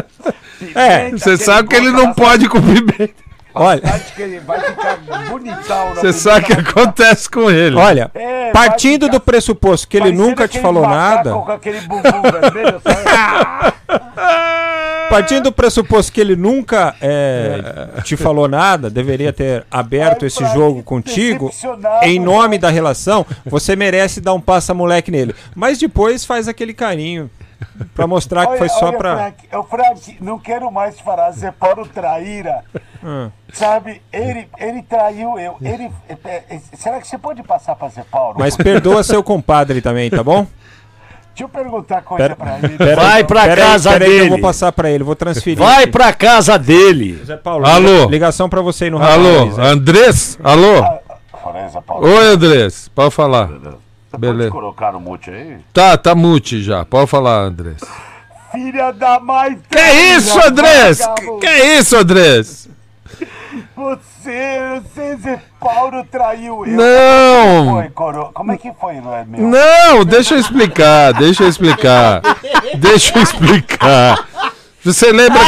É, Você sabe que ele não pode com pimenta. olha, Acho que ele vai ficar bonitão. Você sabe o que acontece com ele. olha, É, partindo vai ficar do pressuposto que ele parecendo nunca te aquele falou macaco nada, Com aquele bumbum vermelho, sabe? partindo do pressuposto que ele nunca é, te falou nada, deveria ter aberto esse jogo contigo, em nome da relação, você merece dar um passa-moleque nele. Mas depois faz aquele carinho pra mostrar que foi Olha, só olha, pra... Frank, eu, Frank, não quero mais falar Zé Paulo traíra. Hum. Sabe, ele, ele traiu eu. Ele, é, é, será que você pode passar pra Zé Paulo? Mas perdoa seu compadre também, tá bom? Deixa eu perguntar coisa Pera, pra ele. pera, vai pra pera casa aí, dele. Aí eu vou passar pra ele, vou transferir. Vai aqui. pra casa dele. Zé Paulo, alô. Ligação pra você aí no Alô, rapaz, Andrés? Alô? Oi, Andrés, pode falar. Você Beleza. pode colocar no mute aí? Tá, tá mute já, pode falar, Andrés. Filha da mãe. Que isso, Andrés? Que, que isso, Andrés? Você, você, Zé Paulo traiu eu. Não. Como é que foi, coro... Como é que foi, não é meu? Não, deixa eu explicar, deixa eu explicar. Deixa eu explicar. Você lembra...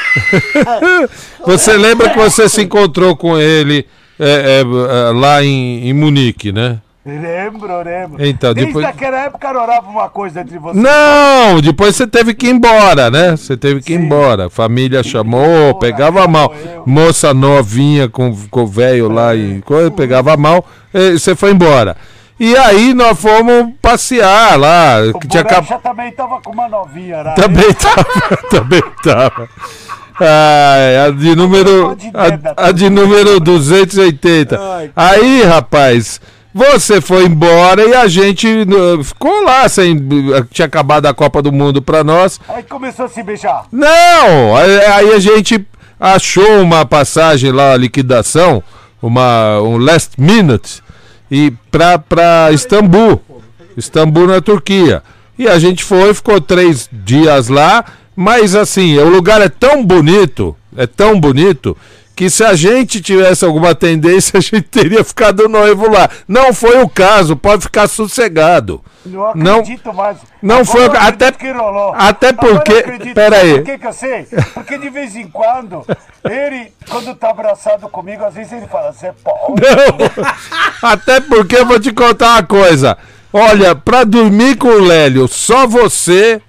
Você lembra que você se encontrou com ele é, é, lá em, em Munique, né? Lembro, lembro. Então, Desde depois... aquela época não orava uma coisa entre vocês. Não, depois você teve que ir embora, né? Você teve que ir embora. A família chamou, pegava mal. Moça novinha com o velho lá e coisa, pegava mal. E você foi embora. E aí nós fomos passear lá. O que tinha Borecha também tava com uma novinha, né? Também tava, também tava. Ai, a de número, a, a de número duzentos e oitenta. Aí, rapaz, você foi embora e a gente uh, ficou lá, sem, uh, tinha acabado a Copa do Mundo pra nós. Aí começou a se beijar. Não, aí, aí a gente achou uma passagem lá, liquidação, uma, um last minute, e pra, pra Istambul, Istambul na Turquia. E a gente foi, ficou três dias lá. Mas assim, o lugar é tão bonito, é tão bonito, que se a gente tivesse alguma tendência, a gente teria ficado noivo lá. Não foi o caso, pode ficar sossegado. Não acredito não, mais. Não foi, até, até porque... Pera aí. Por que que eu sei? Porque de vez em quando, ele, quando tá abraçado comigo, às vezes ele fala, Zé Paulo. Não, até porque eu vou te contar uma coisa. Olha, pra dormir com o Lélio, só você...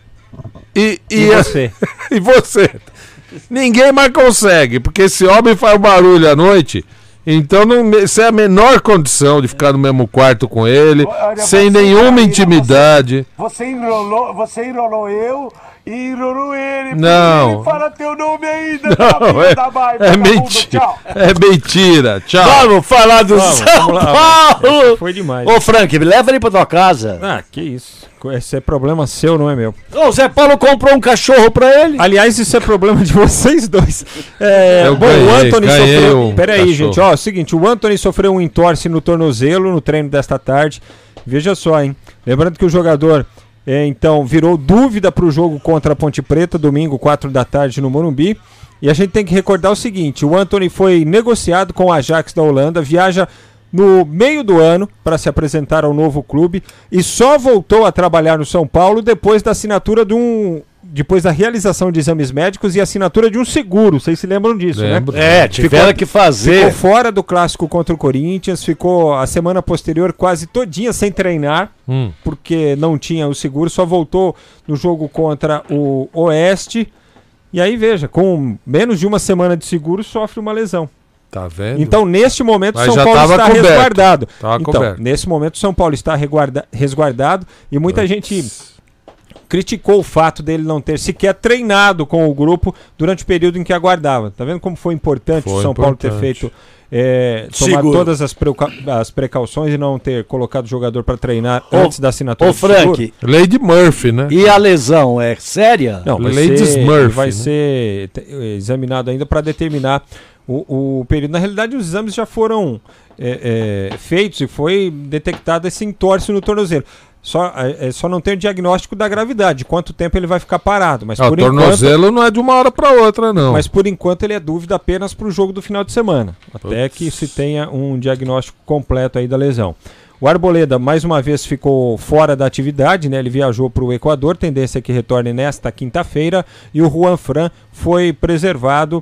E, e, e você? E você? Ninguém mais consegue, porque esse homem faz barulho à noite. Então não, isso é a menor condição de ficar no mesmo quarto com ele, olha, sem nenhuma intimidade. Você, você enrolou, você enrolou eu e enrolou ele. Não. Ele fala teu nome ainda. Não, é, da mãe, é mentira. É mentira. Tchau. Vamos falar do Vamos, São vamos Paulo. Foi demais. Ô, Frank, leva ele pra tua casa. Ah, que isso. Esse é problema seu, não é meu. O Zé Paulo comprou um cachorro pra ele. Aliás, isso é problema de vocês dois. É, Eu bom, ganhei, o Antony sofreu. Um Pera aí, cachorro. gente. Ó, é o seguinte: o Antony sofreu um entorse no tornozelo no treino desta tarde. Veja só, hein? Lembrando que o jogador, é, então, virou dúvida pro jogo contra a Ponte Preta, domingo, quatro da tarde, no Morumbi. E a gente tem que recordar o seguinte: o Antony foi negociado com o Ajax da Holanda, viaja no meio do ano para se apresentar ao novo clube e só voltou a trabalhar no São Paulo depois da assinatura de um depois da realização de exames médicos e assinatura de um seguro. Vocês se lembram disso, Lembro. né? É, tiveram que fazer. Ficou fora do clássico contra o Corinthians, ficou a semana posterior quase todinha sem treinar, hum. porque não tinha o seguro, só voltou no jogo contra o Oeste. E aí, veja, com menos de uma semana de seguro, sofre uma lesão. Tá vendo? Então, neste momento, Mas São já Paulo tava está coberto. resguardado. Tava então, coberto. nesse momento, São Paulo está reguarda- resguardado e muita Ups. gente criticou o fato dele não ter sequer treinado com o grupo durante o período em que aguardava. Tá vendo como foi importante Foi o São Paulo ter importante. feito, é, tomar Seguro. todas as, precau- as precauções e não ter colocado o jogador para treinar Ô, antes da assinatura Ô, do seguro? Frank, Lady Murphy, né? e a lesão é séria? Não, vai Lady ser, Smurf, vai né? ser te- examinado ainda para determinar o, o período. Na realidade, os exames já foram é, é, feitos e foi detectado esse entorse no tornozelo. Só, é, só não tem o diagnóstico da gravidade, de quanto tempo ele vai ficar parado. Mas Ah, por o tornozelo enquanto, não é de uma hora para outra, não. mas por enquanto ele é dúvida apenas para o jogo do final de semana, até que se tenha um diagnóstico completo aí da lesão. O Arboleda, mais uma vez, ficou fora da atividade, né? Ele viajou para o Equador, tendência é que retorne nesta quinta-feira, e o Juan Fran foi preservado,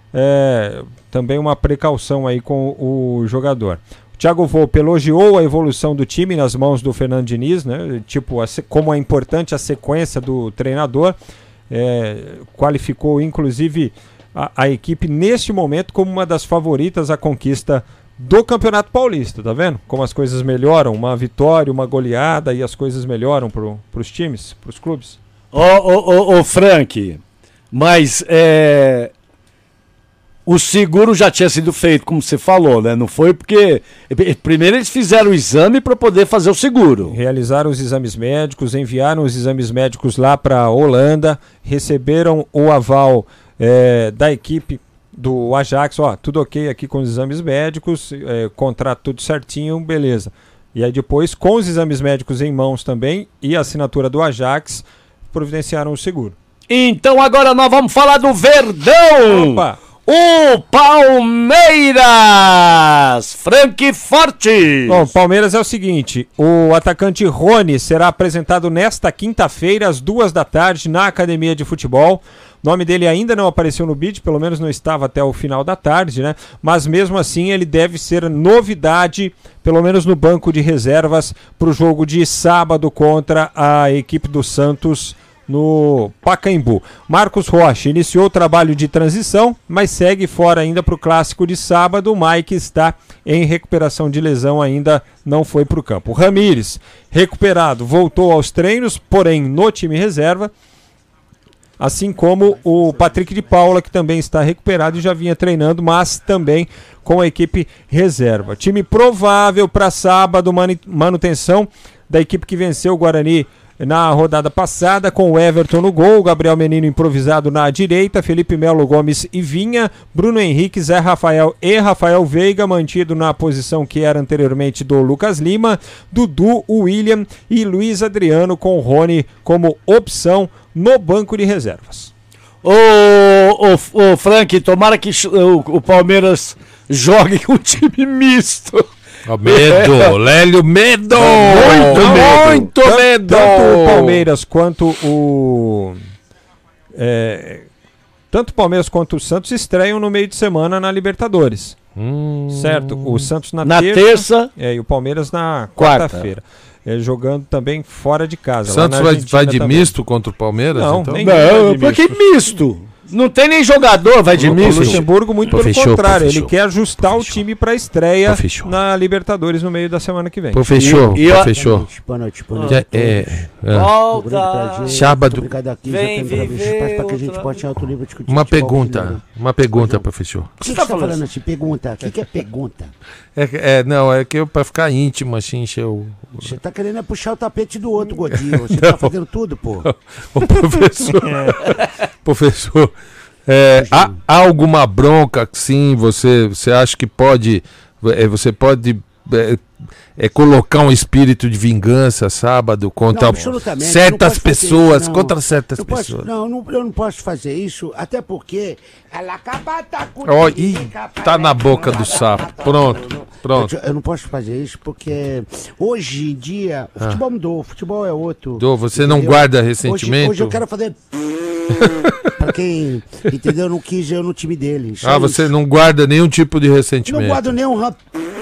é, também uma precaução aí com o jogador. O Thiago Volpe elogiou a evolução do time nas mãos do Fernando Diniz, né? Tipo, a se- como é importante a sequência do treinador, é, qualificou inclusive a, a equipe neste momento como uma das favoritas à conquista do Campeonato Paulista, tá vendo? Como as coisas melhoram, uma vitória, uma goleada e as coisas melhoram pro, pros times, pros clubes. Ô, ô, ô, ô, Frank, mas é, o seguro já tinha sido feito, como você falou, né? Não foi porque... Primeiro eles fizeram o exame para poder fazer o seguro. Realizaram os exames médicos, enviaram os exames médicos lá para a Holanda, receberam o aval é, da equipe do Ajax, ó, tudo ok aqui com os exames médicos, é, contrato tudo certinho, beleza. E aí depois, com os exames médicos em mãos também e a assinatura do Ajax, providenciaram o seguro. Então agora nós vamos falar do Verdão! Opa! O Palmeiras! Frank Forte! Bom, o Palmeiras é o seguinte, o atacante Rony será apresentado nesta quinta-feira, às duas da tarde, na Academia de Futebol. O nome dele ainda não apareceu no bid, pelo menos não estava até o final da tarde, né? Mas mesmo assim ele deve ser novidade, pelo menos no banco de reservas, para o jogo de sábado contra a equipe do Santos no Pacaembu. Marcos Rocha iniciou o trabalho de transição, mas segue fora ainda para o clássico de sábado. O Mike está em recuperação de lesão, ainda não foi para o campo. O Ramires, recuperado, voltou aos treinos, porém no time reserva, assim como o Patrick de Paula, que também está recuperado e já vinha treinando, mas também com a equipe reserva. Time provável para sábado, manutenção da equipe que venceu o Guarani na rodada passada, com o Everton no gol, Gabriel Menino improvisado na direita, Felipe Melo, Gomes e Vinha, Bruno Henrique, Zé Rafael e Rafael Veiga, mantido na posição que era anteriormente do Lucas Lima, Dudu, William e Luiz Adriano, com o Rony como opção no banco de reservas. Ô, ô, ô Frank, tomara que o, o Palmeiras jogue com um time misto. Oh, medo, Lélio, medo! Muito medo! Muito tanto, medo! Tanto o Palmeiras quanto o... É, tanto o Palmeiras quanto o Santos estreiam no meio de semana na Libertadores. Hum. Certo? O Santos na, na terça, terça é, e o Palmeiras na quarta. quarta-feira. É, jogando também fora de casa. O Santos vai, vai de também. misto contra o Palmeiras? Não, então? nem não, por que misto? Não tem nem jogador, vai de o misto. O Luxemburgo, muito pô, pelo fechou, contrário, pô, ele quer ajustar o time para a estreia na Libertadores no meio da semana que vem. Pô, fechou, e, e pô, fechou. Boa noite, boa noite. Já, é, é. Volta. Sábado. Vem viver para que a gente possa alto nível discutir. Uma pergunta, uma pergunta, professor. O que você está falando assim? Pergunta. O que, que é pergunta? É, é, não, é que eu, para ficar íntimo, assim, encher o... Você tá querendo é puxar o tapete do outro, Godinho. Você não. Tá fazendo tudo, pô. O professor... Professor... É, há, há alguma bronca, sim, você, você acha que pode, é, você pode é, é, colocar um espírito de vingança sábado contra não, certas pessoas, isso, contra certas não pessoas? Posso, não, não, eu não posso fazer isso, até porque ela acaba tá com oh, ih, tá na boca do sapo, pronto, pronto. Eu, eu não posso fazer isso porque hoje em dia o futebol mudou, o futebol é outro. Do, você entendeu? Não guarda ressentimento? Hoje, hoje eu quero fazer... Pra quem, entendeu? Não quis eu no time dele. Ah, você não guarda nenhum tipo de ressentimento? Não guardo nenhum ran...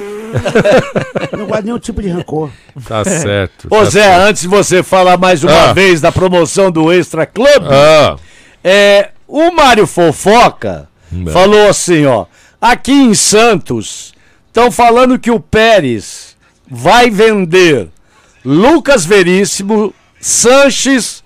Não guardo nenhum tipo de rancor. Tá certo. Ô tá Zé, certo. antes de você falar mais uma ah. vez da promoção do Extra Club, ah. é, o Mário Fofoca Não. falou assim, ó, aqui em Santos estão falando que o Pérez vai vender Lucas Veríssimo, Sanches,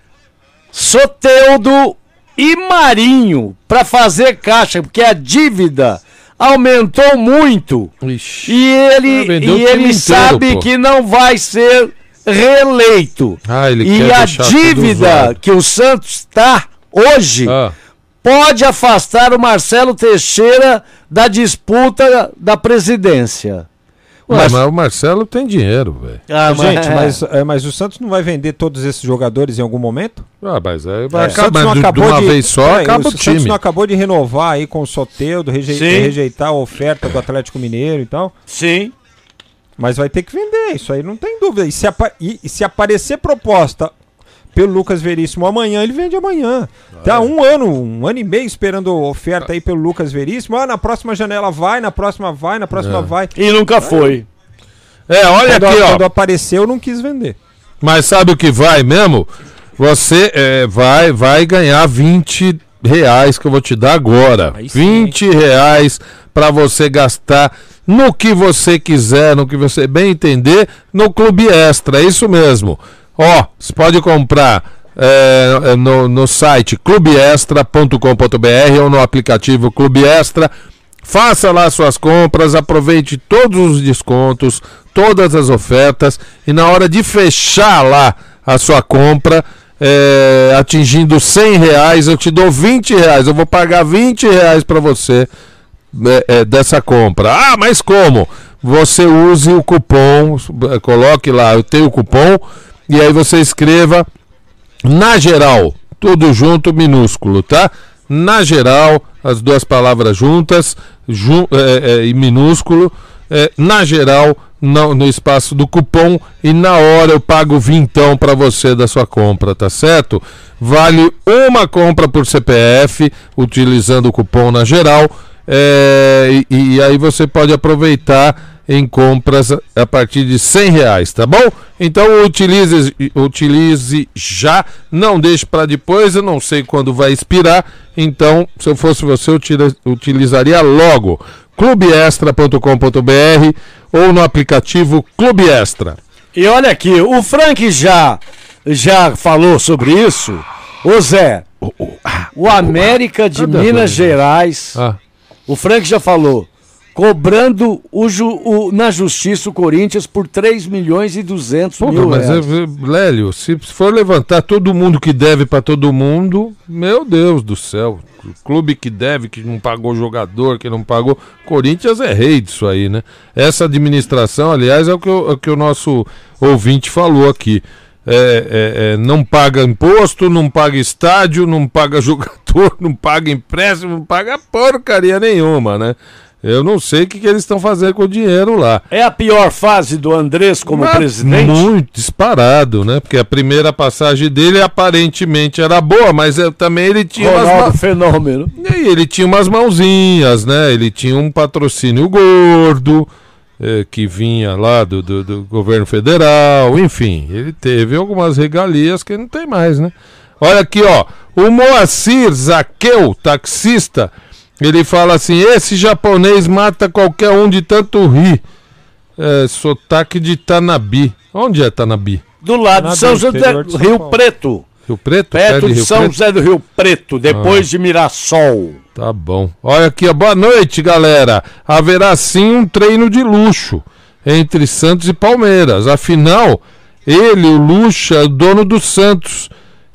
Soteldo e Marinho para fazer caixa, porque a dívida aumentou muito. Ixi, e ele, e ele inteiro, sabe pô. que não vai ser reeleito. Ah, ele e quer a dívida que o Santos está hoje ah. pode afastar o Marcelo Teixeira da disputa da presidência. Ué, mas... mas o Marcelo tem dinheiro, velho. Ah, gente, é. mas, é, mas o Santos não vai vender todos esses jogadores em algum momento? Ah, mas aí vai é, acabar de uma de... vez só, é, acaba o, o time. O Santos não acabou de renovar aí com o Soteldo, reje... rejeitar a oferta do Atlético Mineiro e tal? Sim. Mas vai ter que vender, isso aí não tem dúvida. E se, apa... e, e se aparecer proposta pelo Lucas Veríssimo amanhã, ele vende amanhã. Ah, tá é. um ano, um ano e meio esperando oferta aí pelo Lucas Veríssimo. Ah, na próxima janela vai, na próxima vai, na próxima é. vai. E nunca foi. É, olha quando, aqui, ó. Quando apareceu, não quis vender. Mas sabe o que vai mesmo? Você é, vai, vai ganhar vinte reais que eu vou te dar agora. vinte reais para você gastar no que você quiser, no que você bem entender, no Clube Extra. É isso mesmo. Ó, você pode comprar é, no, no site clube extra ponto com ponto b r ou no aplicativo Clube Extra. Faça lá suas compras, aproveite todos os descontos, todas as ofertas, e na hora de fechar lá a sua compra, é, atingindo cem reais, eu te dou vinte reais. Eu vou pagar vinte reais para você é, é, dessa compra. Ah, mas como? Você use o cupom, coloque lá, eu tenho o cupom, e aí você escreva na geral, tudo junto, minúsculo, tá? Na geral, as duas palavras juntas, jun, é, é, em minúsculo, é, na geral, no, no espaço do cupom, e na hora eu pago vintão para você da sua compra, tá certo? Vale uma compra por C P F, utilizando o cupom na geral, é, e, e aí você pode aproveitar em compras a partir de cem reais, tá bom? Então utilize, utilize já, não deixe para depois, eu não sei quando vai expirar, então se eu fosse você eu utilizaria logo. clube extra ponto com ponto b r ou no aplicativo Clube Extra. E olha aqui, o Frank já, já falou sobre isso. Ô Zé, o América de Minas Gerais, ah. o Frank já falou, cobrando o ju, o, na justiça o Corinthians por três milhões e duzentos mil mas reais. É, Lélio, se for levantar todo mundo que deve para todo mundo, meu Deus do céu, o clube que deve, que não pagou jogador, que não pagou, Corinthians é rei disso aí, né? Essa administração, aliás, é o que, eu, é o, que o nosso ouvinte falou aqui. É, é, é, não paga imposto, não paga estádio, não paga jogador, não paga empréstimo, não paga porcaria nenhuma, né? Eu não sei o que, que eles estão fazendo com o dinheiro lá. É a pior fase do Andrés como Mas presidente? Muito disparado, né? Porque a primeira passagem dele aparentemente era boa, mas eu, também ele tinha Ronaldo umas... fenômeno. E ele tinha umas mãozinhas, né? Ele tinha um patrocínio gordo, eh, que vinha lá do, do, do governo federal, enfim. Ele teve algumas regalias que não tem mais, né? Olha aqui, ó. O Moacir Zaqueu, taxista... Ele fala assim, esse japonês mata qualquer um de tanto rir. É, sotaque de Tanabi. Onde é Tanabi? Do lado de São José do Rio Preto. Rio Preto? Perto de São José do Rio Preto, depois ah. de Mirassol. Tá bom. Olha aqui, ó. Boa noite, galera. Haverá sim um treino de luxo entre Santos e Palmeiras. Afinal, ele, o Lucha, é o dono do Santos.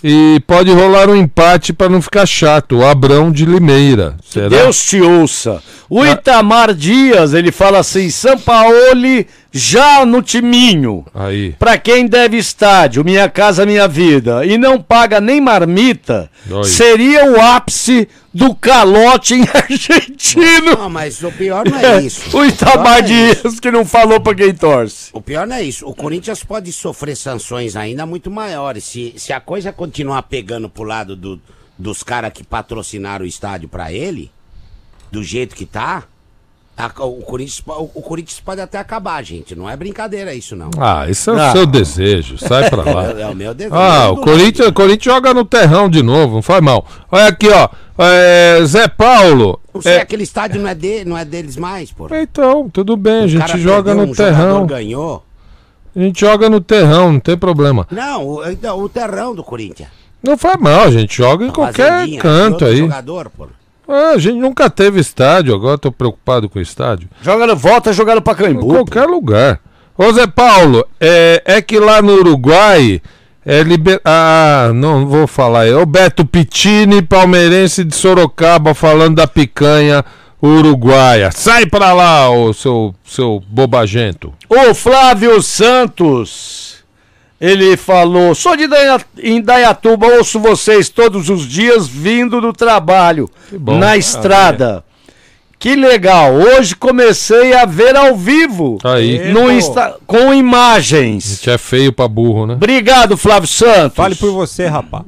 E pode rolar um empate para não ficar chato. O Abrão de Limeira. Será? Deus te ouça. O Itamar Dias, ele fala assim, Sampaoli já no timinho. Aí. Pra quem deve estádio, Minha Casa Minha Vida, e não paga nem marmita, Oi. seria o ápice do calote em argentino. Não, mas o pior não é isso. O Itamar Dias é que não falou pra quem torce. O pior não é isso. O Corinthians pode sofrer sanções ainda muito maiores. Se, se a coisa continuar pegando pro lado do, dos caras que patrocinaram o estádio pra ele, do jeito que tá, a, o, Corinthians, o, o Corinthians pode até acabar, gente. Não é brincadeira isso, não. Ah, isso é o ah. seu desejo. Sai pra lá. É, é o meu desejo. Ah, o Corinthians, o Corinthians joga no terrão de novo, não faz mal. Olha aqui, ó. É, Zé Paulo. Não sei, é... aquele estádio não é, de, não é deles mais, pô. Então, tudo bem, o a gente joga no um terrão. Ganhou. A gente joga no terrão, não tem problema. Não, o, o terrão do Corinthians. Não faz mal, a gente joga em a qualquer canto aí. Jogador, pô. Ah, a gente nunca teve estádio, agora tô preocupado com o estádio. Joga no, volta a jogar no Pacaembu. Em qualquer lugar. Ô Zé Paulo, é, é que lá no Uruguai é liber... Ah, não vou falar. É o Beto Pittini, palmeirense de Sorocaba, falando da picanha uruguaia. Sai pra lá, ô seu, seu bobagento. O Flávio Santos... Ele falou, sou de Indaiatuba, ouço vocês todos os dias vindo do trabalho, bom, na estrada. Ah, que legal, hoje comecei a ver ao vivo, aí. No Insta, com imagens. A gente é feio pra burro, né? Obrigado, Flávio Santos. Fale por você, rapaz.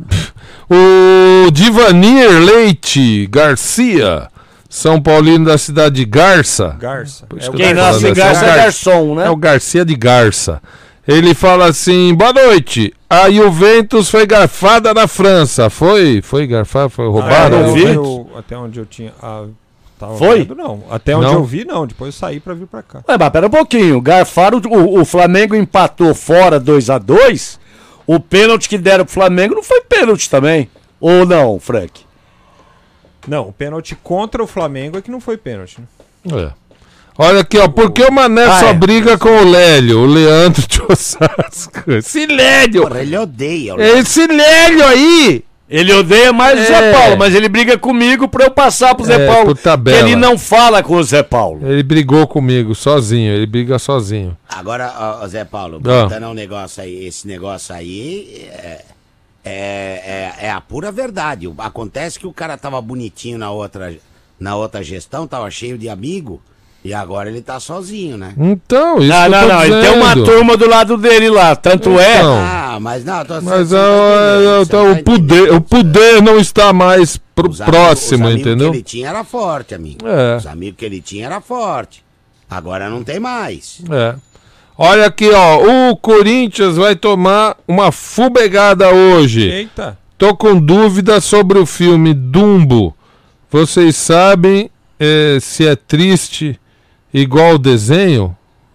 O Divanir Leite Garcia, São Paulino da cidade de Garça. Garça. É, quem nasce em Garça é garçom, né? É o Garcia de Garça. Ele fala assim, boa noite, a Juventus foi garfada na França, foi? Foi garfada, foi roubada? Ah, eu vi. Eu, até onde eu tinha... Ah, tava foi? Vendo, não, até onde não. eu vi não, depois eu saí pra vir pra cá. É, mas pera um pouquinho, garfaram, o, o Flamengo empatou fora dois a dois, O pênalti que deram pro Flamengo não foi pênalti também. Ou não, Frank? Não, o pênalti contra o Flamengo é que não foi pênalti. Né? É. Olha aqui, ó, por que o Mané ah, só é. briga com o Lélio, o Leandro de Osasco? Esse Lélio! Porra, ele odeia. O Esse Lélio aí! Ele odeia mais é. o Zé Paulo, mas ele briga comigo pra eu passar pro Zé é, Paulo. Que ele não fala com o Zé Paulo. Ele brigou comigo, sozinho, ele briga sozinho. Agora, ó, ó, Zé Paulo, botando um negócio aí, esse negócio aí é, é, é, é a pura verdade. Acontece que o cara tava bonitinho na outra, na outra gestão, tava cheio de amigo. E agora ele tá sozinho, né? Então, isso Não, não, não, ele tem uma turma do lado dele lá, tanto então, é... Ah, mas não, tô Mas é, tá o, poder, o poder não está mais pro os próximo, amigos, os entendeu? Os amigos que ele tinha era forte, amigo. É. Os amigos que ele tinha era forte. Agora não tem mais. É. Olha aqui, ó, o Corinthians vai tomar uma fubegada hoje. Eita. Tô com dúvida sobre o filme Dumbo. Vocês sabem é, se é triste... Igual o desenho?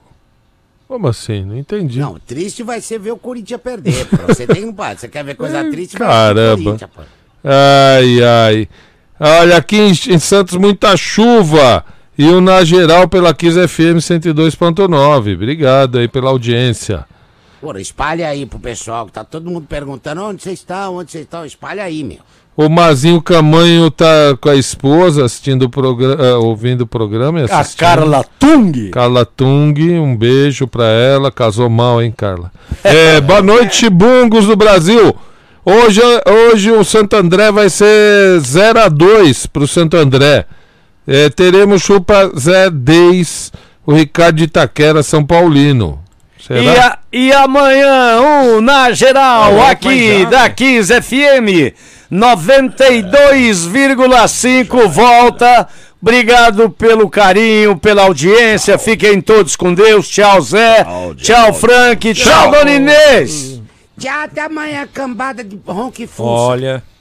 Como assim? Não entendi. Não, triste vai ser ver o Corinthians perder. Pô. Você tem um pai. Você quer ver coisa Ai, triste? Caramba. Vai ver o Corinthians, pô. Ai, ai. Olha, aqui em, em Santos muita chuva. E o Na Geral pela Kiss F M cento e dois ponto nove. Obrigado aí pela audiência. Porra, espalha aí pro pessoal. Tá todo mundo perguntando onde vocês estão, onde vocês estão. Espalha aí, meu. O Mazinho Camanho tá com a esposa assistindo o programa, uh, ouvindo o programa. E a Carla Tung. Carla Tung, um beijo pra ela. Casou mal, hein, Carla? É, boa noite, chibungos do Brasil. Hoje, hoje o Santo André vai ser zero a dois pro Santo André. É, teremos chupa Zé dez, o Ricardo de Itaquera, São Paulino. Será? E, a, e amanhã, um Na Geral, ah, aqui já, da Kiss F M noventa e dois vírgula cinco volta. Obrigado pelo carinho, pela audiência. Fiquem todos com Deus. Tchau, Zé. Tchau, tchau Frank. Tchau, tchau Dona Inês. Tchau, até amanhã, cambada de ronco e fuça. Olha...